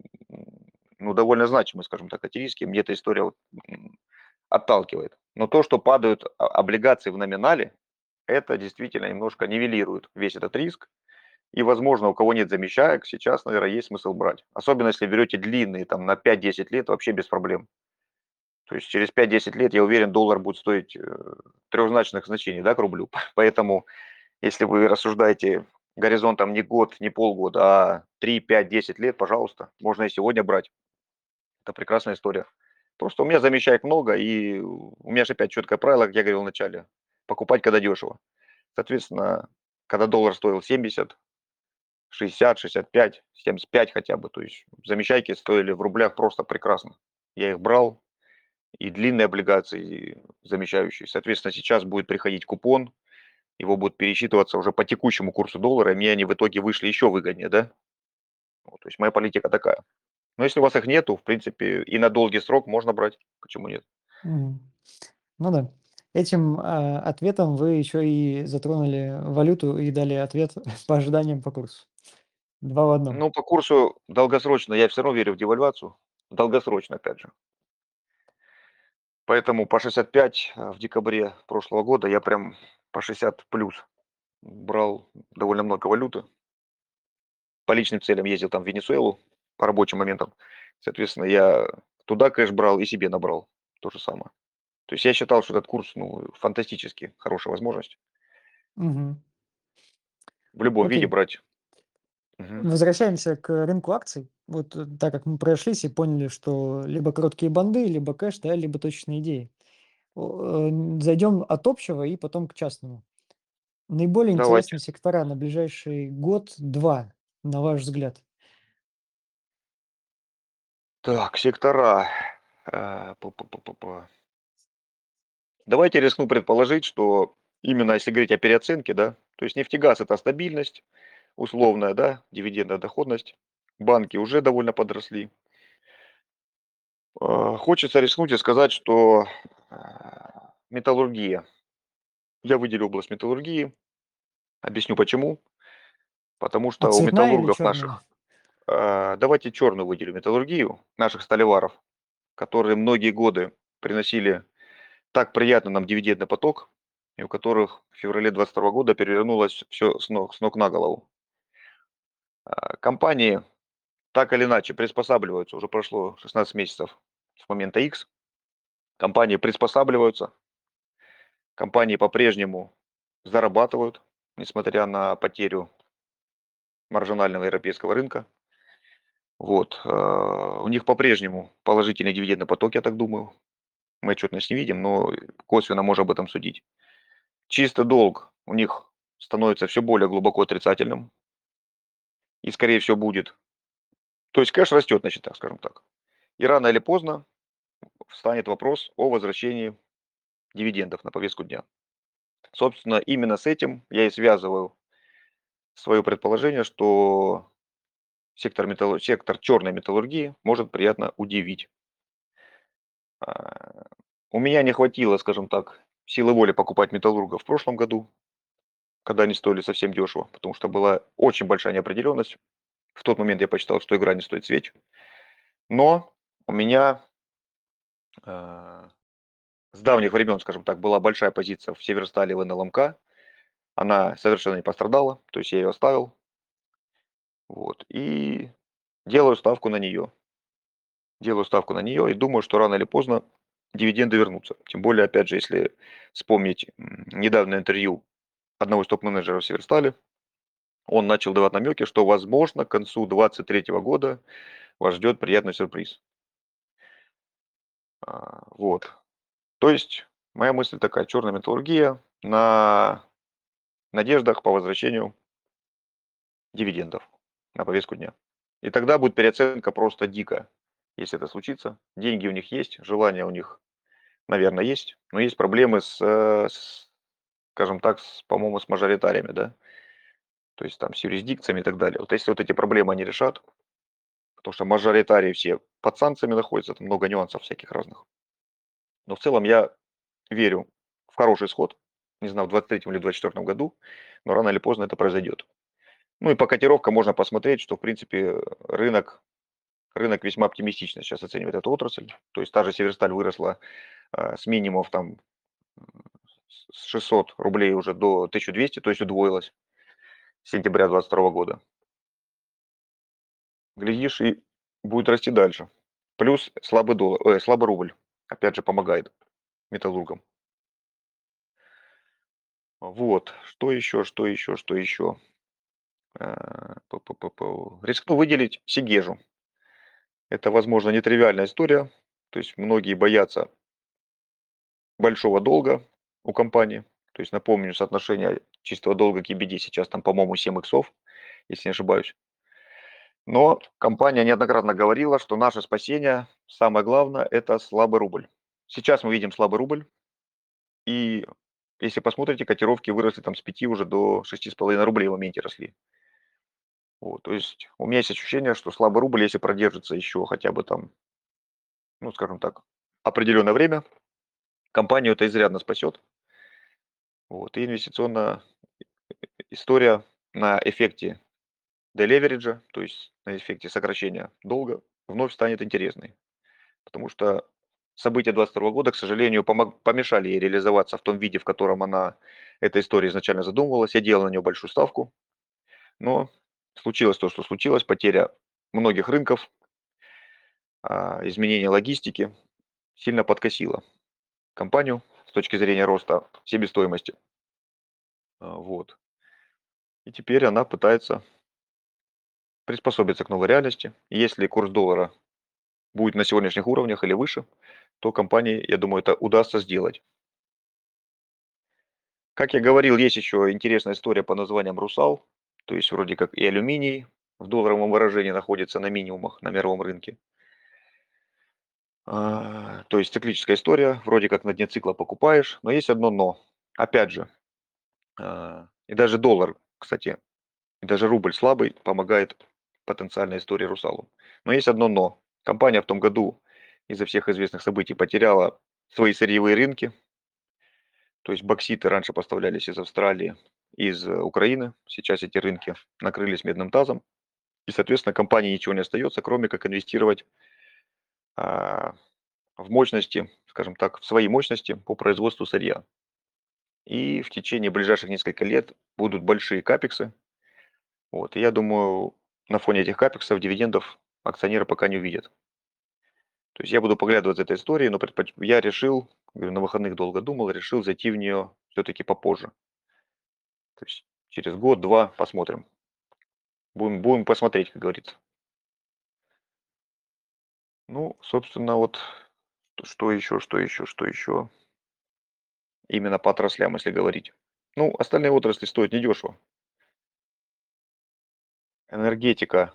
[SPEAKER 2] ну, довольно значимые, скажем так, эти риски. Мне эта история вот, отталкивает. Но то, что падают облигации в номинале, это действительно немножко нивелирует весь этот риск. И, возможно, у кого нет замещаек, сейчас, наверное, есть смысл брать. Особенно, если берете длинные, там, на 5-10 лет, вообще без проблем. То есть через 5-10 лет, я уверен, доллар будет стоить трехзначных значений, да, к рублю. Поэтому если вы рассуждаете горизонтом не год, не полгода, а 3, 5, 10 лет, пожалуйста, можно и сегодня брать. Это прекрасная история. Просто у меня замещаек много, и у меня же опять четкое правило, как я говорил вначале, покупать, когда дешево. Соответственно, когда доллар стоил 70, 60, 65, 75 хотя бы, то есть замещайки стоили в рублях просто прекрасно. Я их брал, и длинные облигации, и замещающие. Соответственно, сейчас будет приходить купон, его будут пересчитываться уже по текущему курсу доллара, и мне они в итоге вышли еще выгоднее, да? Вот, то есть моя политика такая. Но если у вас их нету, в принципе, и на долгий срок можно брать. Почему нет?
[SPEAKER 1] Мгм. Ну да. Этим, ответом вы еще и затронули валюту и дали ответ по ожиданиям по курсу. 2 в одном.
[SPEAKER 2] Ну, по курсу долгосрочно я все равно верю в девальвацию. Долгосрочно, опять же. Поэтому по 65 в декабре прошлого года я прям по 60 плюс брал довольно много валюты. По личным целям ездил там в Венесуэлу по рабочим моментам. Соответственно, я туда кэш брал и себе набрал то же самое. То есть я считал, что этот курс, ну, фантастически хорошая возможность
[SPEAKER 1] Мгм.
[SPEAKER 2] в любом виде
[SPEAKER 1] Окей.
[SPEAKER 2] брать. Мгм.
[SPEAKER 1] Возвращаемся к рынку акций. Вот, так как мы прошлись и поняли, что либо короткие банды, либо кэш, да, либо точечные идеи. Зайдем от общего и потом к частному. Наиболее
[SPEAKER 2] Давайте.
[SPEAKER 1] интересные сектора на ближайший год-два, на ваш взгляд?
[SPEAKER 2] Так, сектора. Па-па-па-па-па. Давайте рискну предположить, что именно если говорить о переоценке, да, то есть нефтегаз – это стабильность условная, да, дивидендная доходность. Банки уже довольно подросли. Хочется рискнуть и сказать, что металлургия. Я выделю область металлургии. Объясню почему. Потому
[SPEAKER 1] А
[SPEAKER 2] что у
[SPEAKER 1] цветная или
[SPEAKER 2] металлургов
[SPEAKER 1] черная?
[SPEAKER 2] наших, давайте черную выделю металлургию, наших сталеваров, которые многие годы приносили так приятно нам дивидендный поток, и у которых в феврале 22 года перевернулось все с ног на голову. Компании так или иначе приспосабливаются, уже прошло 16 месяцев с момента X, компании приспосабливаются, компании по-прежнему зарабатывают, несмотря на потерю маржинального европейского рынка. Вот, у них по-прежнему положительный дивидендный поток, я так думаю. Мы отчетность не видим, но косвенно можем об этом судить. Чистый долг у них становится все более глубоко отрицательным и, скорее всего, будет. То есть кэш растет на счетах, скажем так. И рано или поздно встанет вопрос о возвращении дивидендов на повестку дня. Собственно, именно с этим я и связываю свое предположение, что сектор черной металлургии может приятно удивить. А, У меня не хватило, скажем так, силы воли покупать металлургов в прошлом году, когда они стоили совсем дешево, потому что была очень большая неопределенность. В тот момент я посчитал, что игра не стоит свеч. Но у меня с давних времен, скажем так, была большая позиция в Северстале в НЛМК. Она совершенно не пострадала, то есть я ее оставил. Вот, и делаю ставку на нее. Делаю ставку на нее и думаю, что рано или поздно дивиденды вернутся. Тем более, опять же, если вспомнить недавнее интервью одного из топ-менеджеров Северстали, он начал давать намеки, что, возможно, к концу 2023 года вас ждет приятный сюрприз. Вот. То есть моя мысль такая: черная металлургия на надеждах по возвращению дивидендов на повестку дня. И тогда будет переоценка просто дикая, если это случится. Деньги у них есть, желание у них, наверное, есть, но есть проблемы скажем так, по-моему, с мажоритариями, да, то есть там с юрисдикциями и так далее. Вот если вот эти проблемы они решат, потому что мажоритарии все под санкциями находятся, там много нюансов всяких разных. Но в целом я верю в хороший исход, не знаю, в 23 или 24 году, но рано или поздно это произойдет. Ну и по котировкам можно посмотреть, что, в принципе, рынок весьма оптимистично сейчас оценивает эту отрасль. То есть та же Северсталь выросла с минимумов там с 600 рублей уже до 1200, то есть удвоилась с сентября 2022 года. Глядишь, и будет расти дальше. Плюс слабый доллар, слабый рубль, опять же, помогает металлургам. Вот. Что еще, что еще, что еще? Рискну выделить Сигежу. Это, возможно, нетривиальная история. То есть многие боятся большого долга у компании. То есть, напомню, соотношение чистого долга к EBD сейчас там, по-моему, 7 иксов, если не ошибаюсь. Но компания неоднократно говорила, что наше спасение, самое главное, это слабый рубль. Сейчас мы видим слабый рубль, и если посмотрите, котировки выросли там с 5 уже до 6,5 рублей в моменте росли. Вот, то есть у меня есть ощущение, что слабый рубль, если продержится еще хотя бы там, ну, скажем так, определенное время, компанию это изрядно спасет. Вот, и инвестиционная история на эффекте делевериджа, то есть на эффекте сокращения долга, вновь станет интересной. Потому что события 22 года, к сожалению, помешали ей реализоваться в том виде, в котором она, эта история изначально задумывалась. Я делал на нее большую ставку, но случилось то, что случилось, потеря многих рынков, изменение логистики сильно подкосило компанию с точки зрения роста себестоимости. Вот. И теперь она пытается приспособиться к новой реальности. И если курс доллара будет на сегодняшних уровнях или выше, то компании, я думаю, это удастся сделать. Как я говорил, есть еще интересная история по названием «Русал». То есть вроде как и алюминий в долларовом выражении находится на минимумах на мировом рынке. То есть циклическая история, вроде как на дне цикла покупаешь, но есть одно но. Опять же, и даже доллар, кстати, и даже рубль слабый помогает потенциальной истории «Русалу». Но есть одно но. Компания в том году из-за всех известных событий потеряла свои сырьевые рынки. То есть бокситы раньше поставлялись из Австралии, из Украины. Сейчас эти рынки накрылись медным тазом. И, соответственно, компании ничего не остается, кроме как инвестировать а, в мощности, скажем так, в свои мощности по производству сырья. И в течение ближайших нескольких лет будут большие капексы. Вот. И я думаю, на фоне этих капексов дивидендов акционеры пока не увидят. То есть я буду поглядывать за этой историей, но я решил, говорю, на выходных долго думал, решил зайти в нее все-таки попозже. То есть через год-два посмотрим. Будем посмотреть, как говорится. Ну, собственно, вот что еще? Именно по отраслям, если говорить. Ну, остальные отрасли стоят недешево. Энергетика.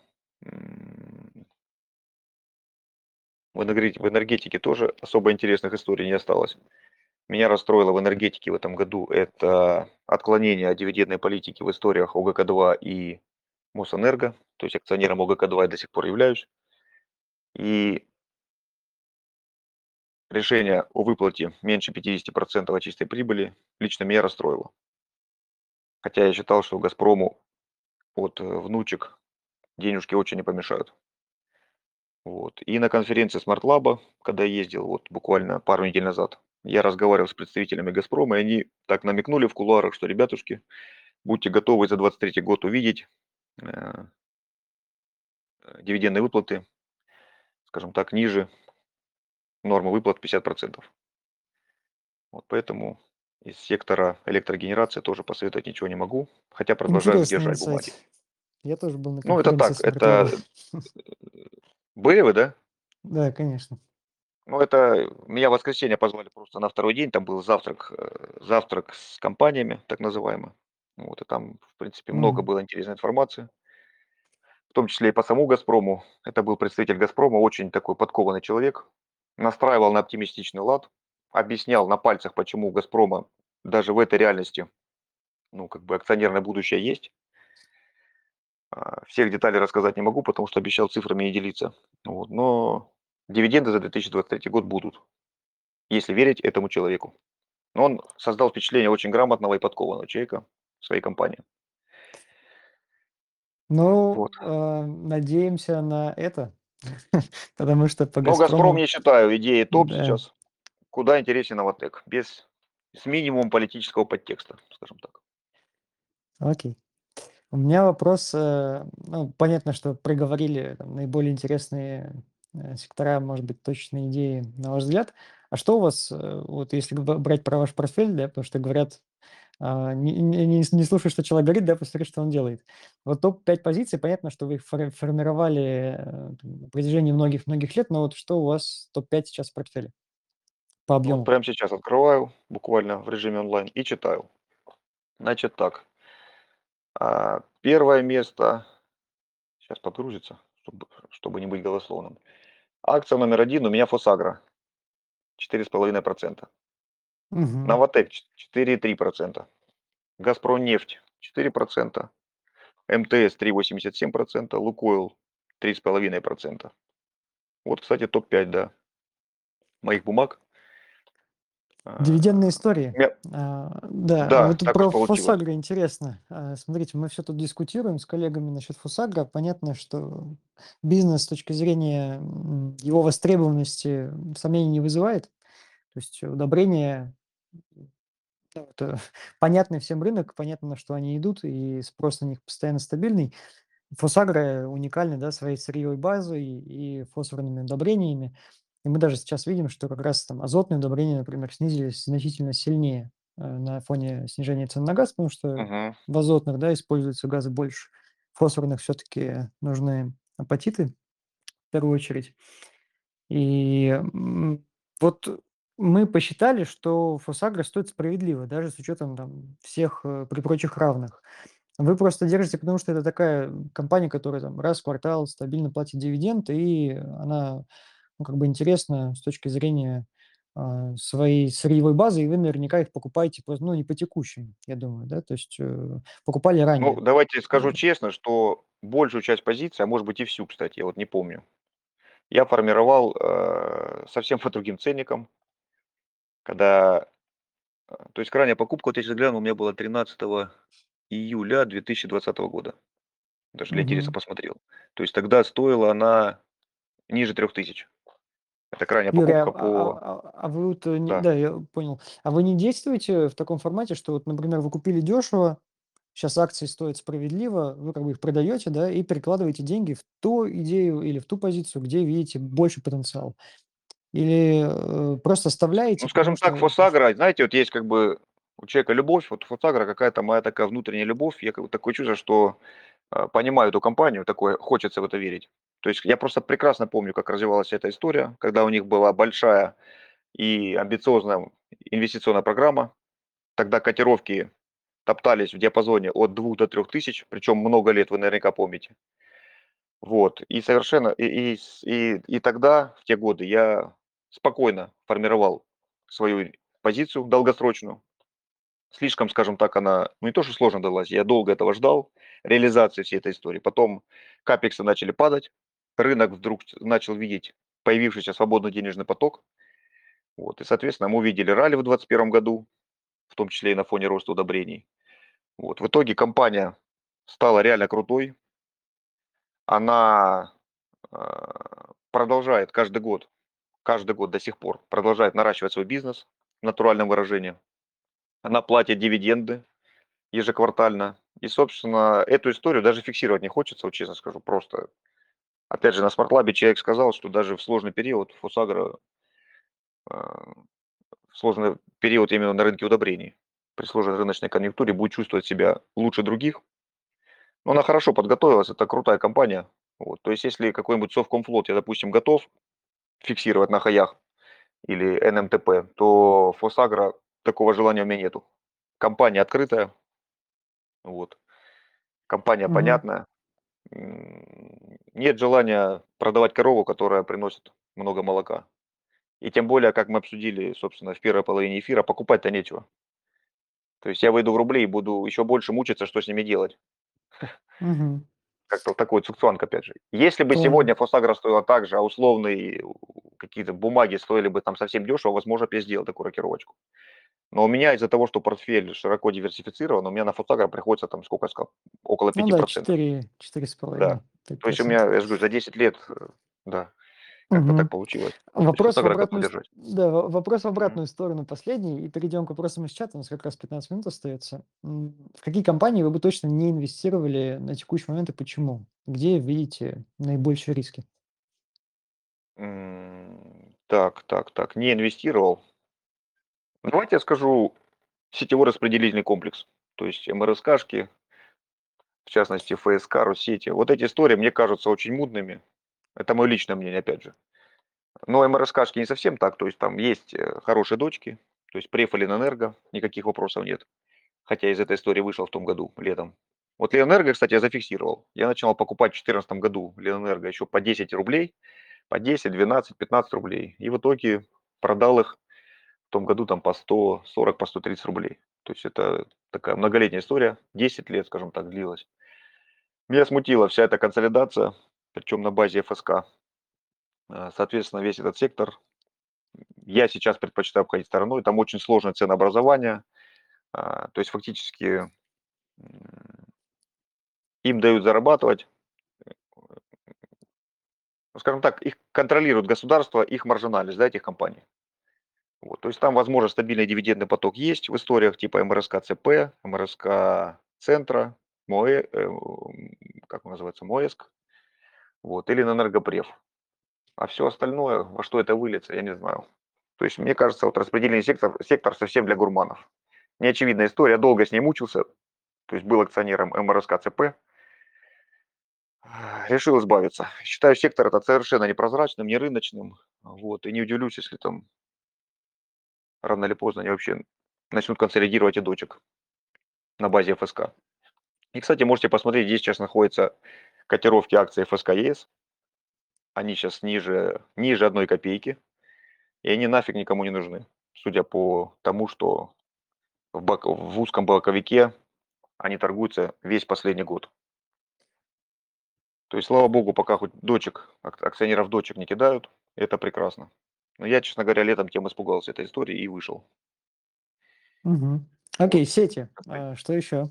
[SPEAKER 2] В энергетике тоже особо интересных историй не осталось. Меня расстроило в энергетике в этом году это отклонение от дивидендной политики в историях ОГК-2 и Мосэнерго. То есть акционером ОГК-2 я до сих пор являюсь. И решение о выплате меньше 50% от чистой прибыли лично меня расстроило. Хотя я считал, что «Газпрому» от внучек денежки очень не помешают. Вот. И на конференции Smart Lab, когда я ездил вот буквально пару недель назад, я разговаривал с представителями «Газпрома», и они так намекнули в кулуарах, что, ребятушки, будьте готовы за 23 год увидеть э, дивидендные выплаты, скажем так, ниже нормы выплат 50%. Вот поэтому из сектора электрогенерации тоже посоветовать ничего не могу, хотя продолжаю
[SPEAKER 1] Интересный
[SPEAKER 2] держать
[SPEAKER 1] инсайт.
[SPEAKER 2] бумаги.
[SPEAKER 1] Я тоже был на
[SPEAKER 2] Ну, это
[SPEAKER 1] конференции
[SPEAKER 2] так,
[SPEAKER 1] Смартлаба.
[SPEAKER 2] это были вы, да?
[SPEAKER 1] Да, конечно.
[SPEAKER 2] Ну, это меня в воскресенье позвали просто на второй день, там был завтрак с компаниями, так называемый. Вот, и там, в принципе, много
[SPEAKER 1] Мгм.
[SPEAKER 2] было интересной информации, в том числе и по самому «Газпрому». Это был представитель «Газпрома», очень такой подкованный человек, настраивал на оптимистичный лад, объяснял на пальцах, почему у «Газпрома» даже в этой реальности, ну, как бы акционерное будущее есть. Всех деталей рассказать не могу, потому что обещал цифрами не делиться. Вот, но дивиденды за 2023 год будут, если верить этому человеку. Но он создал впечатление очень грамотного и подкованного человека в своей компании.
[SPEAKER 1] Ну,
[SPEAKER 2] Вот.
[SPEAKER 1] надеемся на это, потому что по
[SPEAKER 2] Но «Газпром»
[SPEAKER 1] «Газпрому»,
[SPEAKER 2] не считаю идеей топ
[SPEAKER 1] да,
[SPEAKER 2] сейчас. Куда интереснее «Новатэк». С минимумом политического подтекста, скажем так.
[SPEAKER 1] окей. У меня вопрос, ну, понятно, что проговорили там наиболее интересные сектора, может быть, точные идеи, на ваш взгляд. А что у вас, вот если брать про ваш портфель, да, потому что говорят, не слушай, что человек говорит, да, посмотри, что он делает. Вот топ-5 позиций, понятно, что вы их формировали на протяжении многих-многих лет, но вот что у вас топ-5 сейчас в портфеле по
[SPEAKER 2] Ну, вот
[SPEAKER 1] объему?
[SPEAKER 2] прямо сейчас открываю, буквально в режиме онлайн, и читаю. Значит так. Первое место, сейчас подгрузится, чтобы не быть голословным. Акция номер один у меня «Фосагро», 4,5%.
[SPEAKER 1] Мгм.
[SPEAKER 2] «Новатэк» 4,3%. «Газпромнефть» 4%. МТС 3,87%, Лукойл 3,5%. Вот, кстати, топ-5, да, моих бумаг.
[SPEAKER 1] Дивидендные
[SPEAKER 2] А,
[SPEAKER 1] истории.
[SPEAKER 2] я
[SPEAKER 1] Да, а
[SPEAKER 2] Да,
[SPEAKER 1] вот тут
[SPEAKER 2] так уж
[SPEAKER 1] про
[SPEAKER 2] получилось.
[SPEAKER 1] Фосагро интересно. Смотрите, мы все тут дискутируем с коллегами насчет Фосагро. Понятно, что бизнес с точки зрения его востребованности сомнений не вызывает. То есть удобрения, ну, это понятный всем рынок, понятно, на что они идут, и спрос на них постоянно стабильный. Фосагро уникальны, да, своей сырьевой базой и фосфорными удобрениями. И мы даже сейчас видим, что как раз там азотные удобрения, например, снизились значительно сильнее на фоне снижения цен на газ, потому что
[SPEAKER 2] Мгм.
[SPEAKER 1] в азотных, да, используется газа больше. Фосфорных все-таки нужны апатиты в первую очередь. И вот мы посчитали, что Фосагро стоит справедливо, даже с учетом там всех при прочих равных. Вы просто держите, потому что это такая компания, которая там раз в квартал стабильно платит дивиденд, и она, ну, как бы интересна с точки зрения своей сырьевой базы, и вы наверняка их покупаете просто, ну, не по текущим, я думаю, да, то есть покупали
[SPEAKER 2] Ну,
[SPEAKER 1] ранее.
[SPEAKER 2] давайте скажу
[SPEAKER 1] Вот.
[SPEAKER 2] честно, что большую часть позиции, а может быть и всю, кстати, я вот не помню, я формировал, совсем по другим ценникам, когда, то есть крайняя покупка, вот я сейчас глянул, у меня была 13 июля 2020 года. Даже для интереса
[SPEAKER 1] Мгм.
[SPEAKER 2] посмотрел. То есть тогда стоила она ниже 3000. Это крайняя
[SPEAKER 1] Юрий,
[SPEAKER 2] покупка по
[SPEAKER 1] вы вот,
[SPEAKER 2] да.
[SPEAKER 1] да, я понял. А вы не действуете в таком формате, что вот, например, вы купили дешево, сейчас акции стоят справедливо, вы как бы их продаете, да, и перекладываете деньги в ту идею или в ту позицию, где видите больше потенциал? Или просто
[SPEAKER 2] Ну,
[SPEAKER 1] оставляете, потому
[SPEAKER 2] скажем так,
[SPEAKER 1] что просто...
[SPEAKER 2] Фосагро, знаете, вот есть как бы у человека любовь, вот Фосагро какая-то моя такая внутренняя любовь. Я как бы такое чувство, что, понимаю эту компанию, такое хочется в это верить. То есть я просто прекрасно помню, как развивалась эта история, когда у них была большая и амбициозная инвестиционная программа. Тогда котировки топтались в диапазоне от 2 до 3000, причем много лет, вы наверняка помните. Вот, и совершенно, и тогда, в те годы, я спокойно формировал свою позицию долгосрочную. Слишком, скажем так, она, ну, не то, что сложно далась, я долго этого ждал, реализации всей этой истории. Потом капексы начали падать, рынок вдруг начал видеть появившийся свободный денежный поток. Вот, и, соответственно, мы увидели ралли в 2021 году, в том числе и на фоне роста удобрений. Вот, в итоге компания стала реально крутой. Она продолжает каждый год до сих пор продолжает наращивать свой бизнес в натуральном выражении. Она платит дивиденды ежеквартально. И, собственно, эту историю даже фиксировать не хочется, вот честно скажу, просто. Опять же, на смарт человек сказал, что даже в сложный период Фосагро, в сложный период именно на рынке удобрений, при сложной рыночной конъюнктуре будет чувствовать себя лучше других. Но она хорошо подготовилась, это крутая компания. Вот. То есть, если какой-нибудь Совкомфлот, я, допустим, готов фиксировать на хаях, или НМТП, то Фосагро такого желания у меня нету. Компания открытая, вот, компания
[SPEAKER 1] Мгм.
[SPEAKER 2] понятная. Нет желания продавать корову, которая приносит много молока. И тем более, как мы обсудили, собственно, в первой половине эфира, покупать-то нечего. То есть я выйду в рубли и буду еще больше мучиться, что с ними делать.
[SPEAKER 1] Мгм.
[SPEAKER 2] Как-то вот такой цуцуанг, опять же. Если бы
[SPEAKER 1] Понял.
[SPEAKER 2] сегодня Фосагро стоила так же, а условные какие-то бумаги стоили бы там совсем дешево, возможно, бы я сделал такую рокировочку. Но у меня из-за того, что портфель широко диверсифицирован, у меня на Фосагро приходится там сколько я сказал, около
[SPEAKER 1] Ну
[SPEAKER 2] пяти
[SPEAKER 1] да,
[SPEAKER 2] процентов.
[SPEAKER 1] 4, с
[SPEAKER 2] Да.
[SPEAKER 1] половиной
[SPEAKER 2] То есть у меня,
[SPEAKER 1] 5%.
[SPEAKER 2] я же говорю, за 10 лет, да, как-то так
[SPEAKER 1] Мгм.
[SPEAKER 2] получилось. То есть
[SPEAKER 1] Вопрос в
[SPEAKER 2] Фосагро готов
[SPEAKER 1] обратную,
[SPEAKER 2] держать.
[SPEAKER 1] да, вопрос в
[SPEAKER 2] Мгм.
[SPEAKER 1] обратную сторону последний, и перейдем к вопросам из чата, у нас как раз 15 минут остается. В какие компании вы бы точно не инвестировали на текущий момент и почему? Где видите наибольшие риски?
[SPEAKER 2] Так, не инвестировал. Давайте я скажу сетевой распределительный комплекс. То есть МРСКшки, в частности ФСК, Россети. Вот эти истории мне кажутся очень мутными. Это мое личное мнение, опять же. Но МРСКшки не совсем так. То есть там есть хорошие дочки. То есть Префалинэнерго, никаких вопросов нет. Хотя из этой истории вышел в том году, летом. Вот Ленэнерго, кстати, я зафиксировал. Я начинал покупать в 2014 году Ленэнерго еще по 10 рублей, по 10, 12, 15 рублей. И в итоге продал их в том году там по 140, по 130 рублей. То есть это такая многолетняя история, 10 лет, скажем так, длилась. Меня смутила вся эта консолидация, причем на базе ФСК. Соответственно, весь этот сектор я сейчас предпочитаю обходить стороной. Там очень сложное ценообразование. То есть фактически им дают зарабатывать, ну, скажем так, их контролирует государство, их маржинальность, да, этих компаний. Вот, то есть там, возможно, стабильный дивидендный поток есть в историях типа МРСК ЦП, МРСК Центра, как он называется, МОЭСК, вот, или на Энергопрев. А все остальное, во что это выльется, я не знаю. То есть, мне кажется, вот распределенный сектор совсем для гурманов. Неочевидная история, я долго с ней мучился, то есть был акционером МРСК ЦП, решил избавиться. Считаю сектор это совершенно непрозрачным, не рыночным, вот, и не удивлюсь, если там рано или поздно они вообще начнут консолидировать и дочек на базе ФСК. И, кстати, можете посмотреть, здесь сейчас находятся котировки акций ФСК ЕС. Они сейчас ниже 1 копейки, и они нафиг никому не нужны. Судя по тому, что в узком боковике они торгуются весь последний год. То есть, слава богу, пока хоть дочек, акционеров дочек не кидают, это прекрасно. Но я, честно говоря, летом тем испугался этой истории и вышел.
[SPEAKER 1] Мгм.
[SPEAKER 2] Вот.
[SPEAKER 1] Окей, сети. Что еще?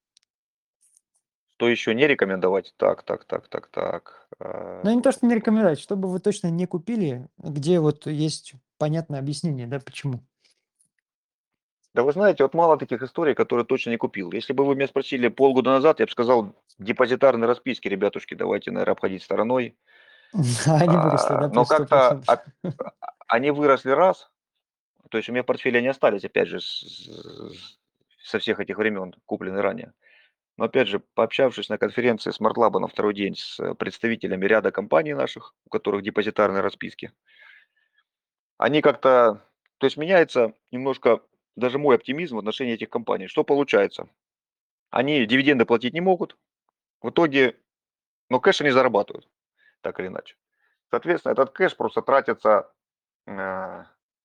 [SPEAKER 2] Что еще не рекомендовать? Так.
[SPEAKER 1] Ну, не то, что не рекомендовать, чтобы вы точно не купили, где вот есть понятное объяснение, да, почему.
[SPEAKER 2] Да вы знаете, вот мало таких историй, которые точно не купил. Если бы вы меня спросили полгода назад, я бы сказал, депозитарные расписки, ребятушки, давайте, наверное, обходить стороной.
[SPEAKER 1] Они выросли, да,
[SPEAKER 2] Но
[SPEAKER 1] плюс
[SPEAKER 2] как-то
[SPEAKER 1] 100%.
[SPEAKER 2] они выросли раз, то есть у меня в портфеле они остались, опять же, со всех этих времен, куплены ранее. Но опять же, пообщавшись на конференции Smart Lab на второй день с представителями ряда компаний наших, у которых депозитарные расписки, они как-то, то есть меняется немножко даже мой оптимизм в отношении этих компаний. Что получается? Они дивиденды платить не могут, в итоге, но кэш они зарабатывают, так или иначе. Соответственно, этот кэш просто тратится э,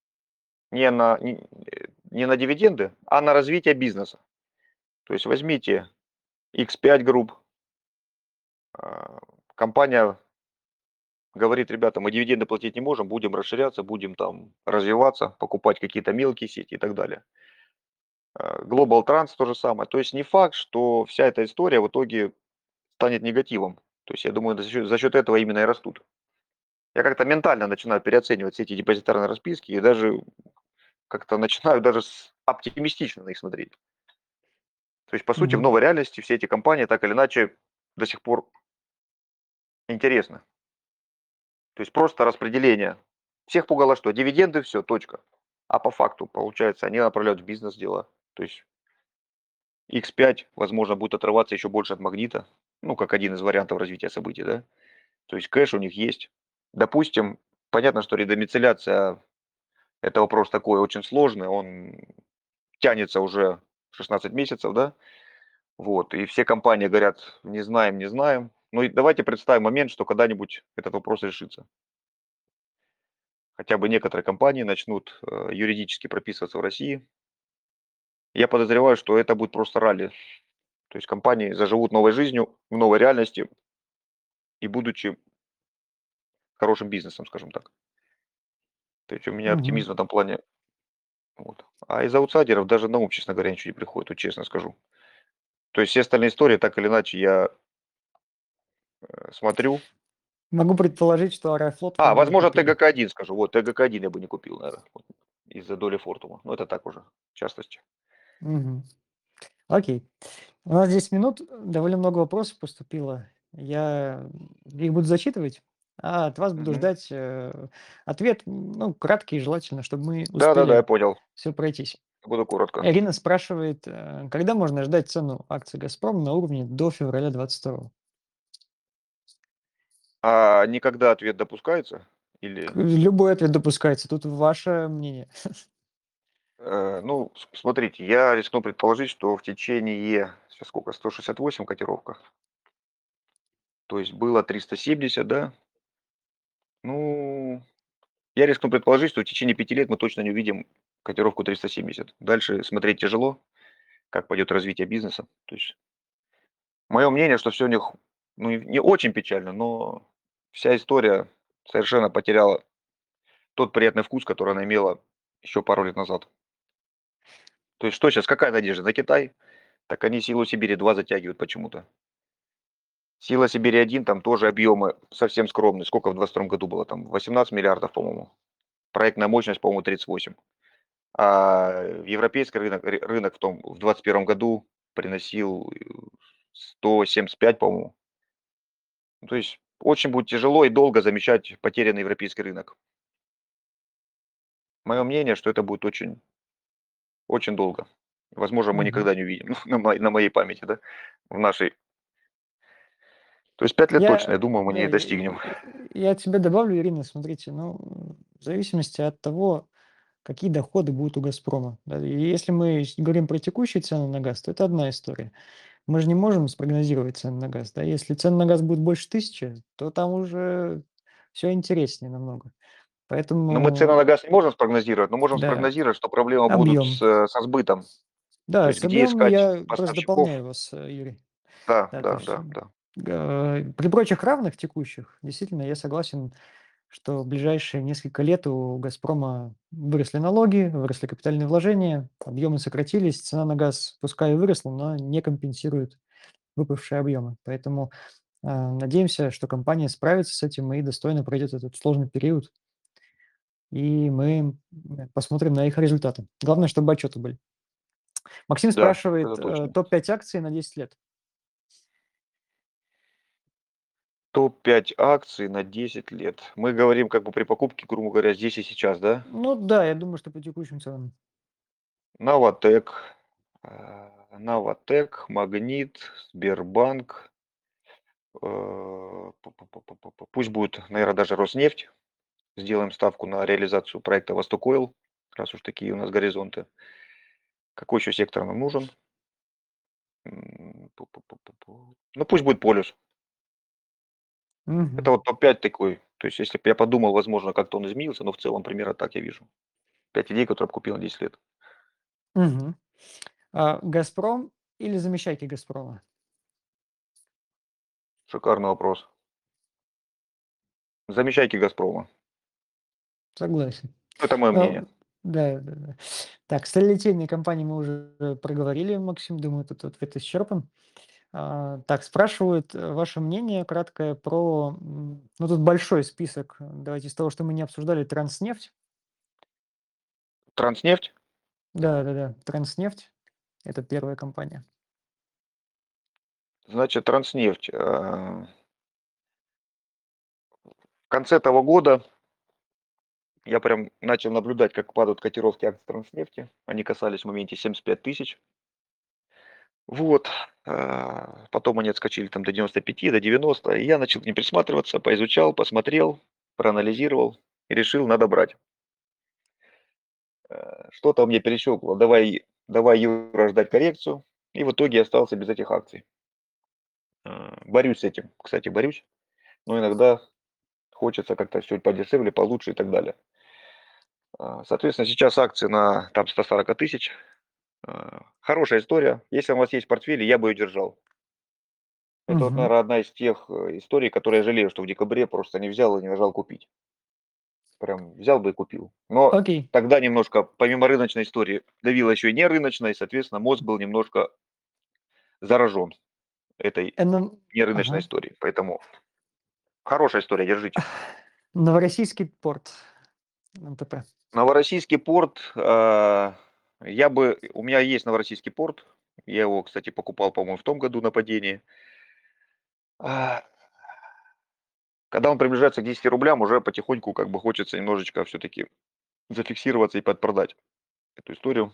[SPEAKER 2] не на дивиденды, а на развитие бизнеса. То есть возьмите X5 Group, э, компания говорит, ребята, мы дивиденды платить не можем, будем расширяться, будем там развиваться, покупать какие-то мелкие сети и так далее. Global Trans то же самое. То есть не факт, что вся эта история в итоге станет негативом. То есть я думаю, за счет этого именно и растут. Я как-то ментально начинаю переоценивать все эти депозитарные расписки и даже как-то начинаю даже оптимистично на них смотреть. То есть, по сути, в
[SPEAKER 1] Мгм.
[SPEAKER 2] новой реальности все эти компании так или иначе до сих пор интересны. То есть просто распределение. Всех пугало что? Дивиденды, все, точка. А по факту, получается, они направляют в бизнес дела. То есть X5, возможно, будет отрываться еще больше от магнита, ну, как один из вариантов развития событий, да. То есть кэш у них есть. Допустим, понятно, что редомицеляция– это вопрос такой очень сложный, он тянется уже 16 месяцев, да. Вот, и все компании говорят, не знаем, не знаем. Ну и давайте представим момент, что когда-нибудь этот вопрос решится. Хотя бы некоторые компании начнут юридически прописываться в России. Я подозреваю, что это будет просто ралли. То есть компании заживут новой жизнью, в новой реальности и будучи хорошим бизнесом, скажем так. То есть у меня
[SPEAKER 1] Мгм.
[SPEAKER 2] оптимизм в этом плане. Вот. А из аутсайдеров даже на ум, честно говоря, ничего не приходит, вот честно скажу. То есть все остальные истории, так или иначе, я смотрю.
[SPEAKER 1] Могу предположить, что Аэрофлот вы бы не
[SPEAKER 2] Возможно,
[SPEAKER 1] купили.
[SPEAKER 2] ТГК-1 скажу. Вот, ТГК-1 я бы не купил, наверное, из-за доли Фортума. Но это так уже, в частности.
[SPEAKER 1] Мгм. Окей. У нас 10 минут, довольно много вопросов поступило. Я их буду зачитывать, а от вас буду
[SPEAKER 2] Мгм.
[SPEAKER 1] ждать ответ, ну, краткий, желательно, чтобы мы
[SPEAKER 2] Да-да-да, я
[SPEAKER 1] успели
[SPEAKER 2] понял.
[SPEAKER 1] все пройтись.
[SPEAKER 2] Буду коротко.
[SPEAKER 1] Ирина спрашивает, когда можно ждать цену акций «Газпром» на уровне до февраля 22-го?
[SPEAKER 2] А никогда ответ допускается? Или,
[SPEAKER 1] Любой ответ допускается, тут ваше мнение.
[SPEAKER 2] ну, смотрите, я рискну предположить, что в течение, сейчас сколько, 168 котировка, то есть было 370, да? Ну, я рискну предположить, что в течение 5 лет мы точно не увидим котировку 370. Дальше смотреть тяжело, как пойдет развитие бизнеса. То есть Мое мнение, что все у них, ну, не очень печально, но вся история совершенно потеряла тот приятный вкус, который она имела еще пару лет назад. То есть что сейчас, какая надежда на Китай? Так они силу Сибири-2 затягивают почему-то. Сила Сибири-1, там тоже объемы совсем скромные. Сколько в 22 году было? Там 18 миллиардов, по-моему. Проектная мощность, по-моему, 38. А европейский рынок в 21 году приносил 175, по-моему. Ну, то есть очень будет тяжело и долго замещать потерянный европейский рынок. Мое мнение, что это будет очень, очень долго. Возможно, мы
[SPEAKER 1] Мгм.
[SPEAKER 2] никогда не увидим, ну, на моей памяти, да, в нашей. То есть 5 лет точно,
[SPEAKER 1] Я,
[SPEAKER 2] я думаю, мы
[SPEAKER 1] да,
[SPEAKER 2] не достигнем.
[SPEAKER 1] я тебе добавлю, Ирина, смотрите, ну, в зависимости от того, какие доходы будут у «Газпрома». Да. И если мы говорим про текущие цены на газ, то это одна история. Мы же не можем спрогнозировать цены на газ. Да. Если цены на газ будут больше 1000, то там уже все интереснее намного.
[SPEAKER 2] Но мы цены на
[SPEAKER 1] Поэтому,
[SPEAKER 2] газ не можем спрогнозировать, но можем
[SPEAKER 1] да,
[SPEAKER 2] спрогнозировать, что проблемы будут
[SPEAKER 1] объем.
[SPEAKER 2] со сбытом. То
[SPEAKER 1] Да,
[SPEAKER 2] есть
[SPEAKER 1] с
[SPEAKER 2] где
[SPEAKER 1] объемом
[SPEAKER 2] искать
[SPEAKER 1] я просто
[SPEAKER 2] поставщиков.
[SPEAKER 1] дополняю вас, Юрий.
[SPEAKER 2] Да,
[SPEAKER 1] Да, то
[SPEAKER 2] да,
[SPEAKER 1] есть
[SPEAKER 2] да, да.
[SPEAKER 1] при прочих равных текущих, действительно, я согласен, что в ближайшие несколько лет у «Газпрома» выросли налоги, выросли капитальные вложения, объемы сократились, цена на газ пускай и выросла, но не компенсирует выпавшие объемы. Поэтому надеемся, что компания справится с этим и достойно пройдет этот сложный период, и мы посмотрим на их результаты. Главное, чтобы отчеты были. Максим
[SPEAKER 2] Да,
[SPEAKER 1] спрашивает
[SPEAKER 2] это точно.
[SPEAKER 1] топ-5 акций на 10 лет.
[SPEAKER 2] Топ-5 акций на 10 лет. Мы говорим как бы при покупке, грубо говоря, здесь и сейчас, да?
[SPEAKER 1] Ну да, я думаю, что по текущим ценам.
[SPEAKER 2] Новотек, Новотек, Магнит, Сбербанк, пусть будет, наверное, даже Роснефть. Сделаем ставку на реализацию проекта Восток-Ойл, раз уж такие у нас горизонты. Какой еще сектор нам нужен? Ну, пусть будет Полюс.
[SPEAKER 1] Мгм.
[SPEAKER 2] Это вот топ-5 такой. То есть, если бы я подумал, возможно, как-то он изменился, но в целом примерно так я вижу. 5 идей, которые я купил на 10 лет.
[SPEAKER 1] Мгм. «Газпром» или замещайки «Газпрома»?
[SPEAKER 2] Шикарный вопрос. Замещайки Газпрома.
[SPEAKER 1] Согласен.
[SPEAKER 2] Это мое
[SPEAKER 1] А,
[SPEAKER 2] мнение.
[SPEAKER 1] да, да, да. Так, сталелитейные компании мы уже проговорили, Максим, думаю, тут ответ исчерпан. Так, спрашивают ваше мнение краткое про, ну, тут большой список, давайте из того, что мы не обсуждали, «Транснефть».
[SPEAKER 2] Транснефть.
[SPEAKER 1] Да-да-да, «Транснефть» — это первая компания.
[SPEAKER 2] Значит, Транснефть. В конце того года я прям начал наблюдать, как падают котировки акций Транснефти. Они касались в моменте 75 тысяч. Вот. Потом они отскочили там до 95, до 90. И я начал к ним присматриваться, поизучал, посмотрел, проанализировал и решил, надо брать. Что-то у меня перещелкнуло. Давай, Юра, ждать коррекцию. И в итоге я остался без этих акций. Борюсь с этим. Кстати, борюсь. Но иногда хочется как-то все подешевле, получше и так далее. Соответственно, сейчас акции на там 140 тысяч. Хорошая история. Если у вас есть в портфеле, я бы ее держал. Это вот,
[SPEAKER 1] Мгм.
[SPEAKER 2] наверное, одна из тех историй, которые я жалею, что в декабре просто не взял и не нажал купить. Прям взял бы и купил. Но
[SPEAKER 1] Окей.
[SPEAKER 2] тогда немножко, помимо рыночной истории, давила еще и нерыночная, и, соответственно, мозг был немножко заражен этой нерыночной
[SPEAKER 1] Ага.
[SPEAKER 2] историей. Поэтому хорошая история, держите.
[SPEAKER 1] Новороссийский порт, НТП.
[SPEAKER 2] Новороссийский порт, у меня есть Новороссийский порт. Я его, кстати, покупал, по-моему, в том году на падении. А, Когда он приближается к 10 рублям, уже потихоньку как бы хочется немножечко все-таки зафиксироваться и подпродать эту историю.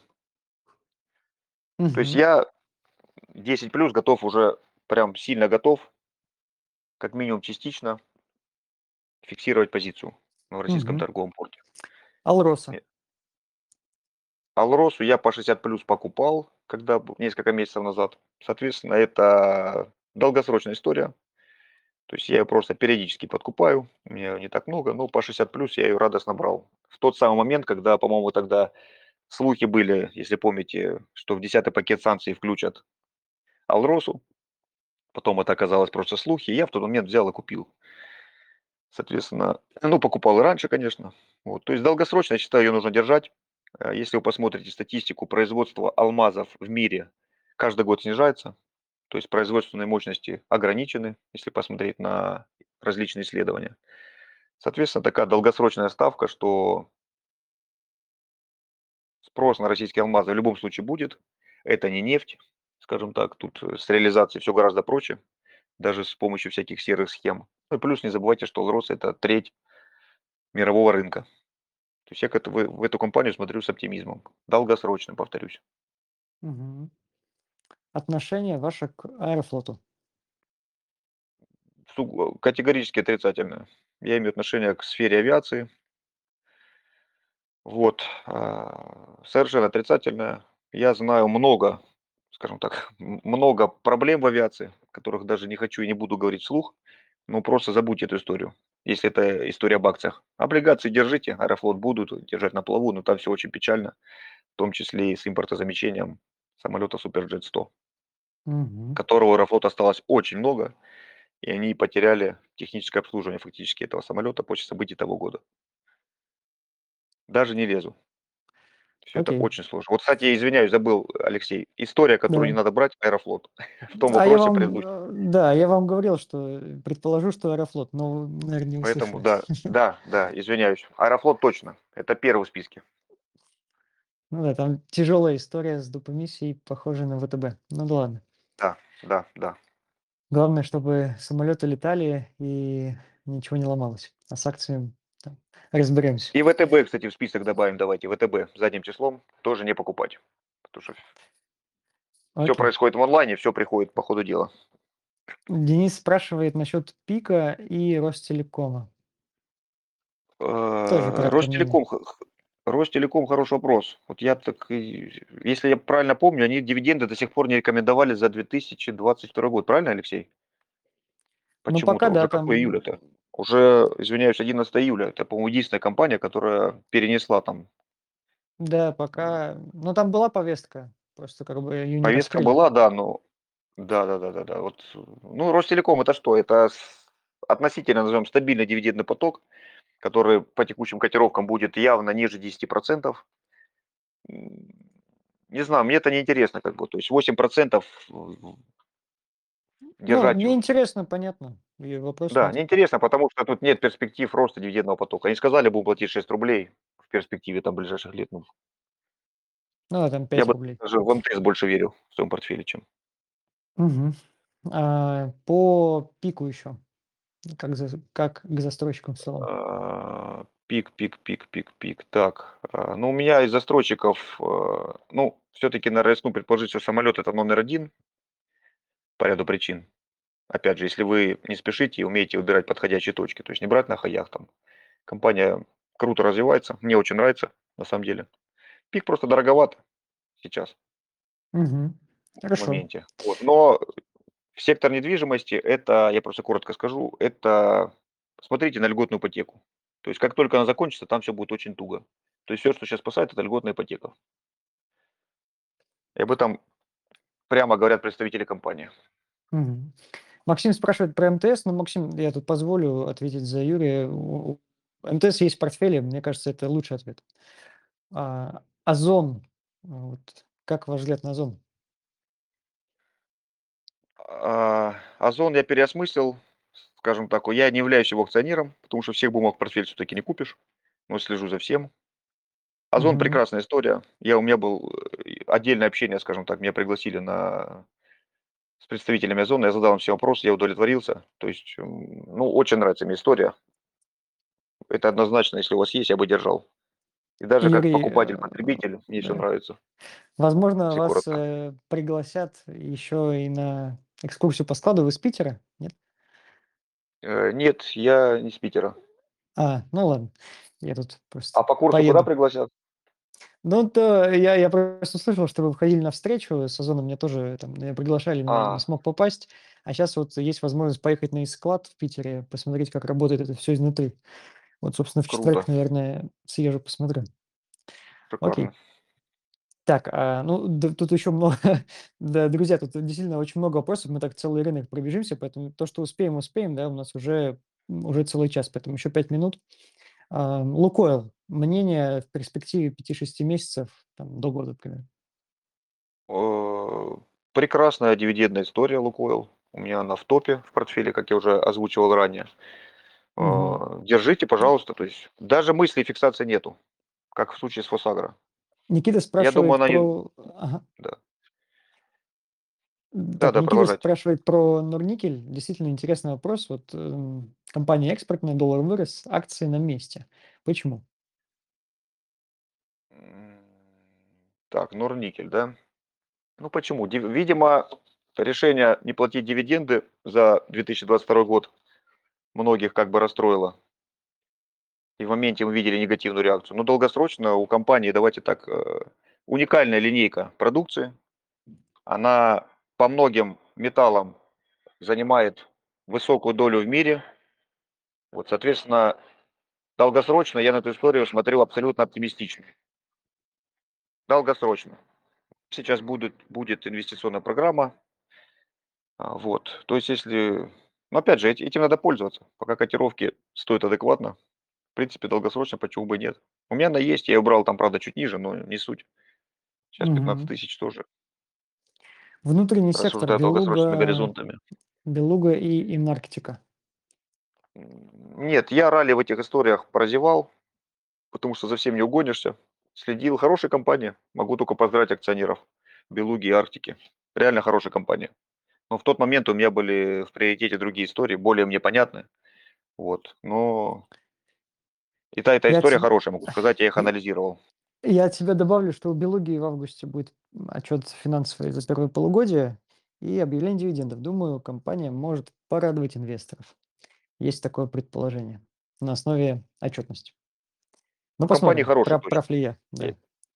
[SPEAKER 2] То есть
[SPEAKER 1] Мгм.
[SPEAKER 2] я 10 плюс готов уже, прям сильно готов, как минимум частично фиксировать позицию в Новороссийском
[SPEAKER 1] Мгм.
[SPEAKER 2] торговом порте.
[SPEAKER 1] «Алроса».
[SPEAKER 2] Алросу я по 60 плюс покупал, несколько месяцев назад. Соответственно, это долгосрочная история. То есть я ее просто периодически подкупаю. У меня не так много, но по 60 плюс я ее радостно брал. В тот самый момент, когда, по-моему, тогда слухи были, если помните, что в 10-й пакет санкций включат Алросу. Потом это оказалось просто слухи, и я в тот момент взял и купил. Соответственно, ну, покупал и раньше, конечно. Вот. То есть долгосрочно, я считаю, ее нужно держать. Если вы посмотрите статистику производства алмазов в мире, каждый год снижается. То есть производственные мощности ограничены, если посмотреть на различные исследования. Соответственно, такая долгосрочная ставка, что спрос на российские алмазы в любом случае будет. Это не нефть, скажем так. Тут с реализацией все гораздо проще, даже с помощью всяких серых схем. Ну и плюс не забывайте, что Лрос это треть мирового рынка. То есть я в эту компанию смотрю с оптимизмом. Долгосрочным, повторюсь.
[SPEAKER 1] Мгм. Отношение ваше к Аэрофлоту.
[SPEAKER 2] Категорически отрицательное. Я имею отношение к сфере авиации. Вот. Совершенно отрицательное. Я знаю много, скажем так, много проблем в авиации, которых даже не хочу и не буду говорить вслух. Ну, просто забудьте эту историю, если это история об акциях. Облигации держите, Аэрофлот будут держать на плаву, но там все очень печально, в том числе и с импортозамещением самолета Суперджет 100,
[SPEAKER 1] Мгм.
[SPEAKER 2] которого у Аэрофлота осталось очень много, и они потеряли техническое обслуживание фактически этого самолета после событий того года. Даже не лезу. Все это
[SPEAKER 1] Окей.
[SPEAKER 2] очень сложно. Вот, кстати, я извиняюсь, забыл, Алексей. История, которую не
[SPEAKER 1] Да.
[SPEAKER 2] надо брать, "Аэрофлот". В том
[SPEAKER 1] А я
[SPEAKER 2] вопросе
[SPEAKER 1] вам,
[SPEAKER 2] предыдущем.
[SPEAKER 1] да, я вам говорил, что предположу, что Аэрофлот, но вы, наверно, не
[SPEAKER 2] Поэтому
[SPEAKER 1] услышали.
[SPEAKER 2] да, да, да, извиняюсь. "Аэрофлот" точно. Это первый в списке.
[SPEAKER 1] Ну да, там тяжелая история с дупамиссией, похожая на ВТБ. Ну да ладно.
[SPEAKER 2] Да, да, да.
[SPEAKER 1] Главное, чтобы самолеты летали и ничего не ломалось. А с акциями там разберемся.
[SPEAKER 2] И ВТБ, кстати, в список добавим давайте. ВТБ задним числом тоже не покупать. Потому что все
[SPEAKER 1] Окей.
[SPEAKER 2] происходит в онлайне, все приходит по ходу дела.
[SPEAKER 1] Денис спрашивает насчет Пика и Ростелекома. Тоже краткое мнение.
[SPEAKER 2] Ростелеком хороший вопрос. Вот я так и если я правильно помню, они дивиденды до сих пор не рекомендовали за 2022 год. Правильно, Алексей?
[SPEAKER 1] Ну, пока
[SPEAKER 2] Почему-то.
[SPEAKER 1] да,
[SPEAKER 2] Уже какое
[SPEAKER 1] там,
[SPEAKER 2] июля-то? Уже, извиняюсь, 11 июля. Это, по-моему, единственная компания, которая перенесла там.
[SPEAKER 1] да,
[SPEAKER 2] м,
[SPEAKER 1] пока, ну, там была повестка, просто как бы ее не
[SPEAKER 2] Повестка
[SPEAKER 1] раскрыли.
[SPEAKER 2] была, да, но да-да-да-да-да. Вот, ну, Ростелеком это что? Это относительно, назовем, стабильный дивидендный поток, который по текущим котировкам будет явно ниже 10%. М, Не знаю, мне это не интересно, как бы. То есть 8%
[SPEAKER 1] Ну,
[SPEAKER 2] держать.
[SPEAKER 1] мне интересно, понятно, и вопросов
[SPEAKER 2] Да,
[SPEAKER 1] нет.
[SPEAKER 2] неинтересно, потому что тут нет перспектив роста дивидендного потока. Они сказали, будем платить 6 рублей в перспективе там ближайших лет. Ну,
[SPEAKER 1] Ну, да, там
[SPEAKER 2] я
[SPEAKER 1] 5
[SPEAKER 2] бы
[SPEAKER 1] рублей.
[SPEAKER 2] даже в МТС больше верю в своем портфеле, чем.
[SPEAKER 1] Мгм. По Пику еще, как к застройщикам в целом.
[SPEAKER 2] Пик. Так, ну, у меня из застройщиков, ну, все-таки, наверное, рискну предположить, что самолет это номер один по ряду причин. Опять же, если вы не спешите и умеете выбирать подходящие точки, то есть не брать на хаях там. Компания круто развивается, мне очень нравится, на самом деле. Пик просто дороговат сейчас,
[SPEAKER 1] Мгм.
[SPEAKER 2] в
[SPEAKER 1] Хорошо.
[SPEAKER 2] моменте. Вот. Но сектор недвижимости, это, я просто коротко скажу, это смотрите на льготную ипотеку. То есть как только она закончится, там все будет очень туго. То есть все, что сейчас спасает, это льготная ипотека. И об этом прямо говорят представители компании.
[SPEAKER 1] Мгм. Максим спрашивает про МТС, но, Максим, я тут позволю ответить за Юрия. МТС есть в портфеле, мне кажется, это лучший ответ. Озон, вот как ваш взгляд на Озон?
[SPEAKER 2] Озон я переосмыслил, скажем так, я не являюсь его акционером, потому что всех бумаг в портфель все-таки не купишь, но слежу за всем. Озон
[SPEAKER 1] Мгм.
[SPEAKER 2] прекрасная история. У меня был отдельное общение, скажем так, меня пригласили с представителями Озона, я задал им все вопросы, я удовлетворился. То есть, ну, очень нравится мне история. Это однозначно, если у вас есть, я бы держал. И даже как
[SPEAKER 1] Юрий,
[SPEAKER 2] покупатель-потребитель, мне все
[SPEAKER 1] да.
[SPEAKER 2] нравится,
[SPEAKER 1] Возможно,
[SPEAKER 2] если
[SPEAKER 1] вас
[SPEAKER 2] коротко.
[SPEAKER 1] пригласят еще и на экскурсию по складу. Вы из Питера? Нет?
[SPEAKER 2] Нет, я не с Питера.
[SPEAKER 1] Ну ладно, я тут
[SPEAKER 2] А
[SPEAKER 1] просто
[SPEAKER 2] по курсу куда
[SPEAKER 1] поеду.
[SPEAKER 2] пригласят?
[SPEAKER 1] Ну, то я просто слышал, что вы входили на встречу с Озоном, меня тоже там приглашали, не
[SPEAKER 2] А,
[SPEAKER 1] смог попасть. А сейчас вот есть возможность поехать на склад в Питере, посмотреть, как работает это все изнутри. Вот, собственно, в
[SPEAKER 2] круто,
[SPEAKER 1] четверг, наверное, съезжу, посмотрю. Окей.
[SPEAKER 2] шикарно.
[SPEAKER 1] Так, ну, тут еще много, да, друзья, тут действительно очень много вопросов, мы так целый рынок пробежимся, поэтому то, что успеем, успеем, да, у нас уже целый час, поэтому еще 5 минут. «Лукойл». Мнение в перспективе 5-6 месяцев, там, до года, примерно.
[SPEAKER 2] Э, Прекрасная дивидендная история «Лукойл». У меня она в топе в портфеле, как я уже озвучивал ранее.
[SPEAKER 1] Мгм.
[SPEAKER 2] Держите, пожалуйста. То есть даже мысли фиксации нету, как в случае с «Фосагро».
[SPEAKER 1] Никита
[SPEAKER 2] Я думаю,
[SPEAKER 1] спрашивает
[SPEAKER 2] она не...
[SPEAKER 1] про... Ага.
[SPEAKER 2] Да,
[SPEAKER 1] Так,
[SPEAKER 2] да,
[SPEAKER 1] Никита
[SPEAKER 2] продолжайте.
[SPEAKER 1] спрашивает про Норникель. Действительно интересный вопрос. Вот компания экспортная, доллар вырос, акции на месте. Почему?
[SPEAKER 2] М, Так, Норникель, да? Ну почему? Видимо, решение не платить дивиденды за 2022 год многих как бы расстроило. И в моменте мы видели негативную реакцию. Но долгосрочно у компании, давайте так, уникальная линейка продукции. Она по многим металлам занимает высокую долю в мире. Вот, соответственно, долгосрочно я на эту историю смотрю абсолютно оптимистично. Долгосрочно. Сейчас будет инвестиционная программа. Вот. То есть, если... Но опять же, этим надо пользоваться. Пока котировки стоят адекватно, в принципе, долгосрочно, почему бы нет. У меня она есть, я ее брал там, правда, чуть ниже, но не суть. Сейчас 15
[SPEAKER 1] Мгм.
[SPEAKER 2] тысяч тоже.
[SPEAKER 1] Внутренний сектор
[SPEAKER 2] Рассуждаю долгосрочными
[SPEAKER 1] Белуга,
[SPEAKER 2] горизонтами.
[SPEAKER 1] Белуга и Инарктика.
[SPEAKER 2] Нет, я ралли в этих историях прозевал, потому что за всем не угонишься. Следил. Хорошая компания. Могу только поздравить акционеров Белуги и Арктики. Реально хорошая компания. Но в тот момент у меня были в приоритете другие истории, более мне понятны. Вот. Но и та
[SPEAKER 1] Я,
[SPEAKER 2] история
[SPEAKER 1] те-
[SPEAKER 2] хорошая, могу сказать, я их
[SPEAKER 1] и-
[SPEAKER 2] анализировал.
[SPEAKER 1] я тебе добавлю, что у Белуги в августе будет отчет финансовый за первое полугодие и объявление дивидендов. Думаю, компания может порадовать инвесторов. Есть такое предположение на основе отчетности. Ну,
[SPEAKER 2] Ну, компании
[SPEAKER 1] посмотрим,
[SPEAKER 2] хорошие точно.
[SPEAKER 1] прав ли я.
[SPEAKER 2] Е-
[SPEAKER 1] Да.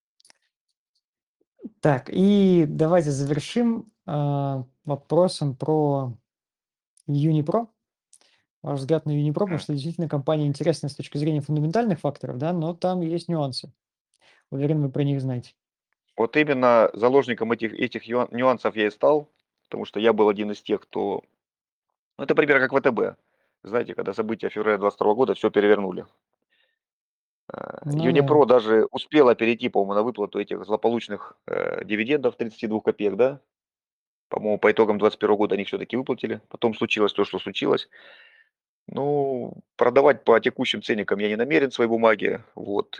[SPEAKER 1] Так, и давайте завершим вопросом про Юнипро. Ваш взгляд на Юнипро, потому
[SPEAKER 2] М.
[SPEAKER 1] что действительно компания интересная с точки зрения фундаментальных факторов, да, но там есть нюансы. Уверен, вы про них знаете.
[SPEAKER 2] Вот именно заложником этих нюансов я и стал, потому что я был один из тех, кто... Ну, это пример как ВТБ. Знаете, когда события февраля 22 года все перевернули.
[SPEAKER 1] Ну да.
[SPEAKER 2] Юнипро даже успела перейти, по-моему, на выплату этих злополучных дивидендов 32 копеек, да? По-моему, по итогам 21 года они все-таки выплатили. Потом случилось то, что случилось. Ну, продавать по текущим ценникам я не намерен свои бумаги. Вот.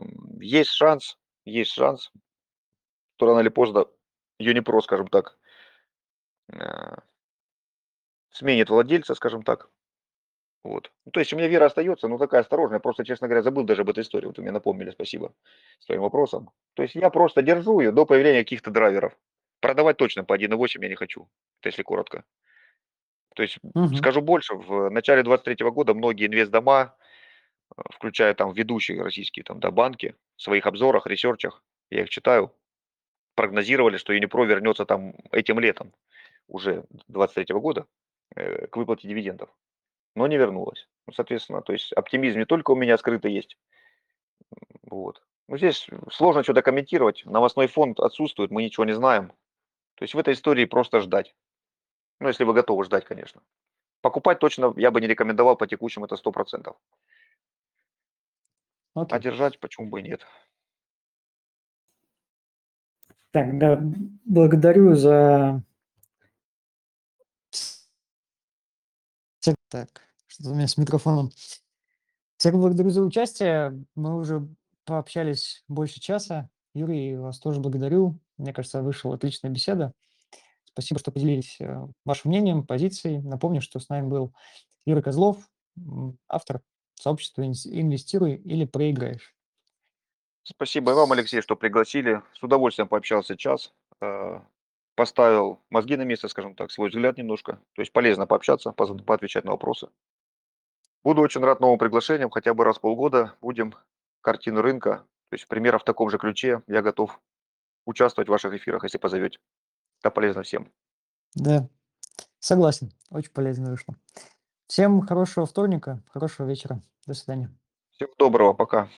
[SPEAKER 2] Есть шанс, что рано или поздно Юнипро, скажем так, э, сменит владельца, скажем так. Вот. Ну, то есть у меня вера остается, но такая осторожная. Просто, честно говоря, забыл даже об этой истории. Вот вы мне напомнили, спасибо, с твоим вопросом. То есть я просто держу ее до появления каких-то драйверов. Продавать точно по 1,8 я не хочу, это если коротко. То есть,
[SPEAKER 1] Мгм.
[SPEAKER 2] скажу больше, в начале 23 года многие инвестдома, включая там ведущие российские там, да, банки, в своих обзорах, ресерчах, я их читаю, прогнозировали, что Юнипро вернется там этим летом уже 23 года к выплате дивидендов, но не вернулась. Ну, соответственно, то есть оптимизм не только у меня скрыто есть, вот. Ну, здесь сложно что-то комментировать, новостной фонд отсутствует, мы ничего не знаем. То есть в этой истории просто ждать. Ну, если вы готовы ждать, конечно. Покупать точно я бы не рекомендовал по текущим, это 100%. А
[SPEAKER 1] Окей.
[SPEAKER 2] держать почему бы и нет.
[SPEAKER 1] Так, да, благодарю за... Так, что-то у меня с микрофоном. Всех благодарю за участие. Мы уже пообщались больше часа. Юрий, вас тоже благодарю. Мне кажется, вышла отличная беседа. Спасибо, что поделились вашим мнением, позицией. Напомню, что с нами был Юрий Козлов, автор сообщества «Инвестируй или проиграешь».
[SPEAKER 2] Спасибо и вам, Алексей, что пригласили. С удовольствием пообщался час. э, Поставил мозги на место, скажем так, свой взгляд немножко. То есть полезно пообщаться, поотвечать на вопросы. Буду очень рад новым приглашениям, хотя бы раз в полгода будем картину рынка, то есть примеров в таком же ключе. Я готов участвовать в ваших эфирах, если позовете. Это полезно всем.
[SPEAKER 1] Да, согласен. Очень полезно вышло. Всем хорошего вторника, хорошего вечера. До свидания.
[SPEAKER 2] Всего доброго, пока.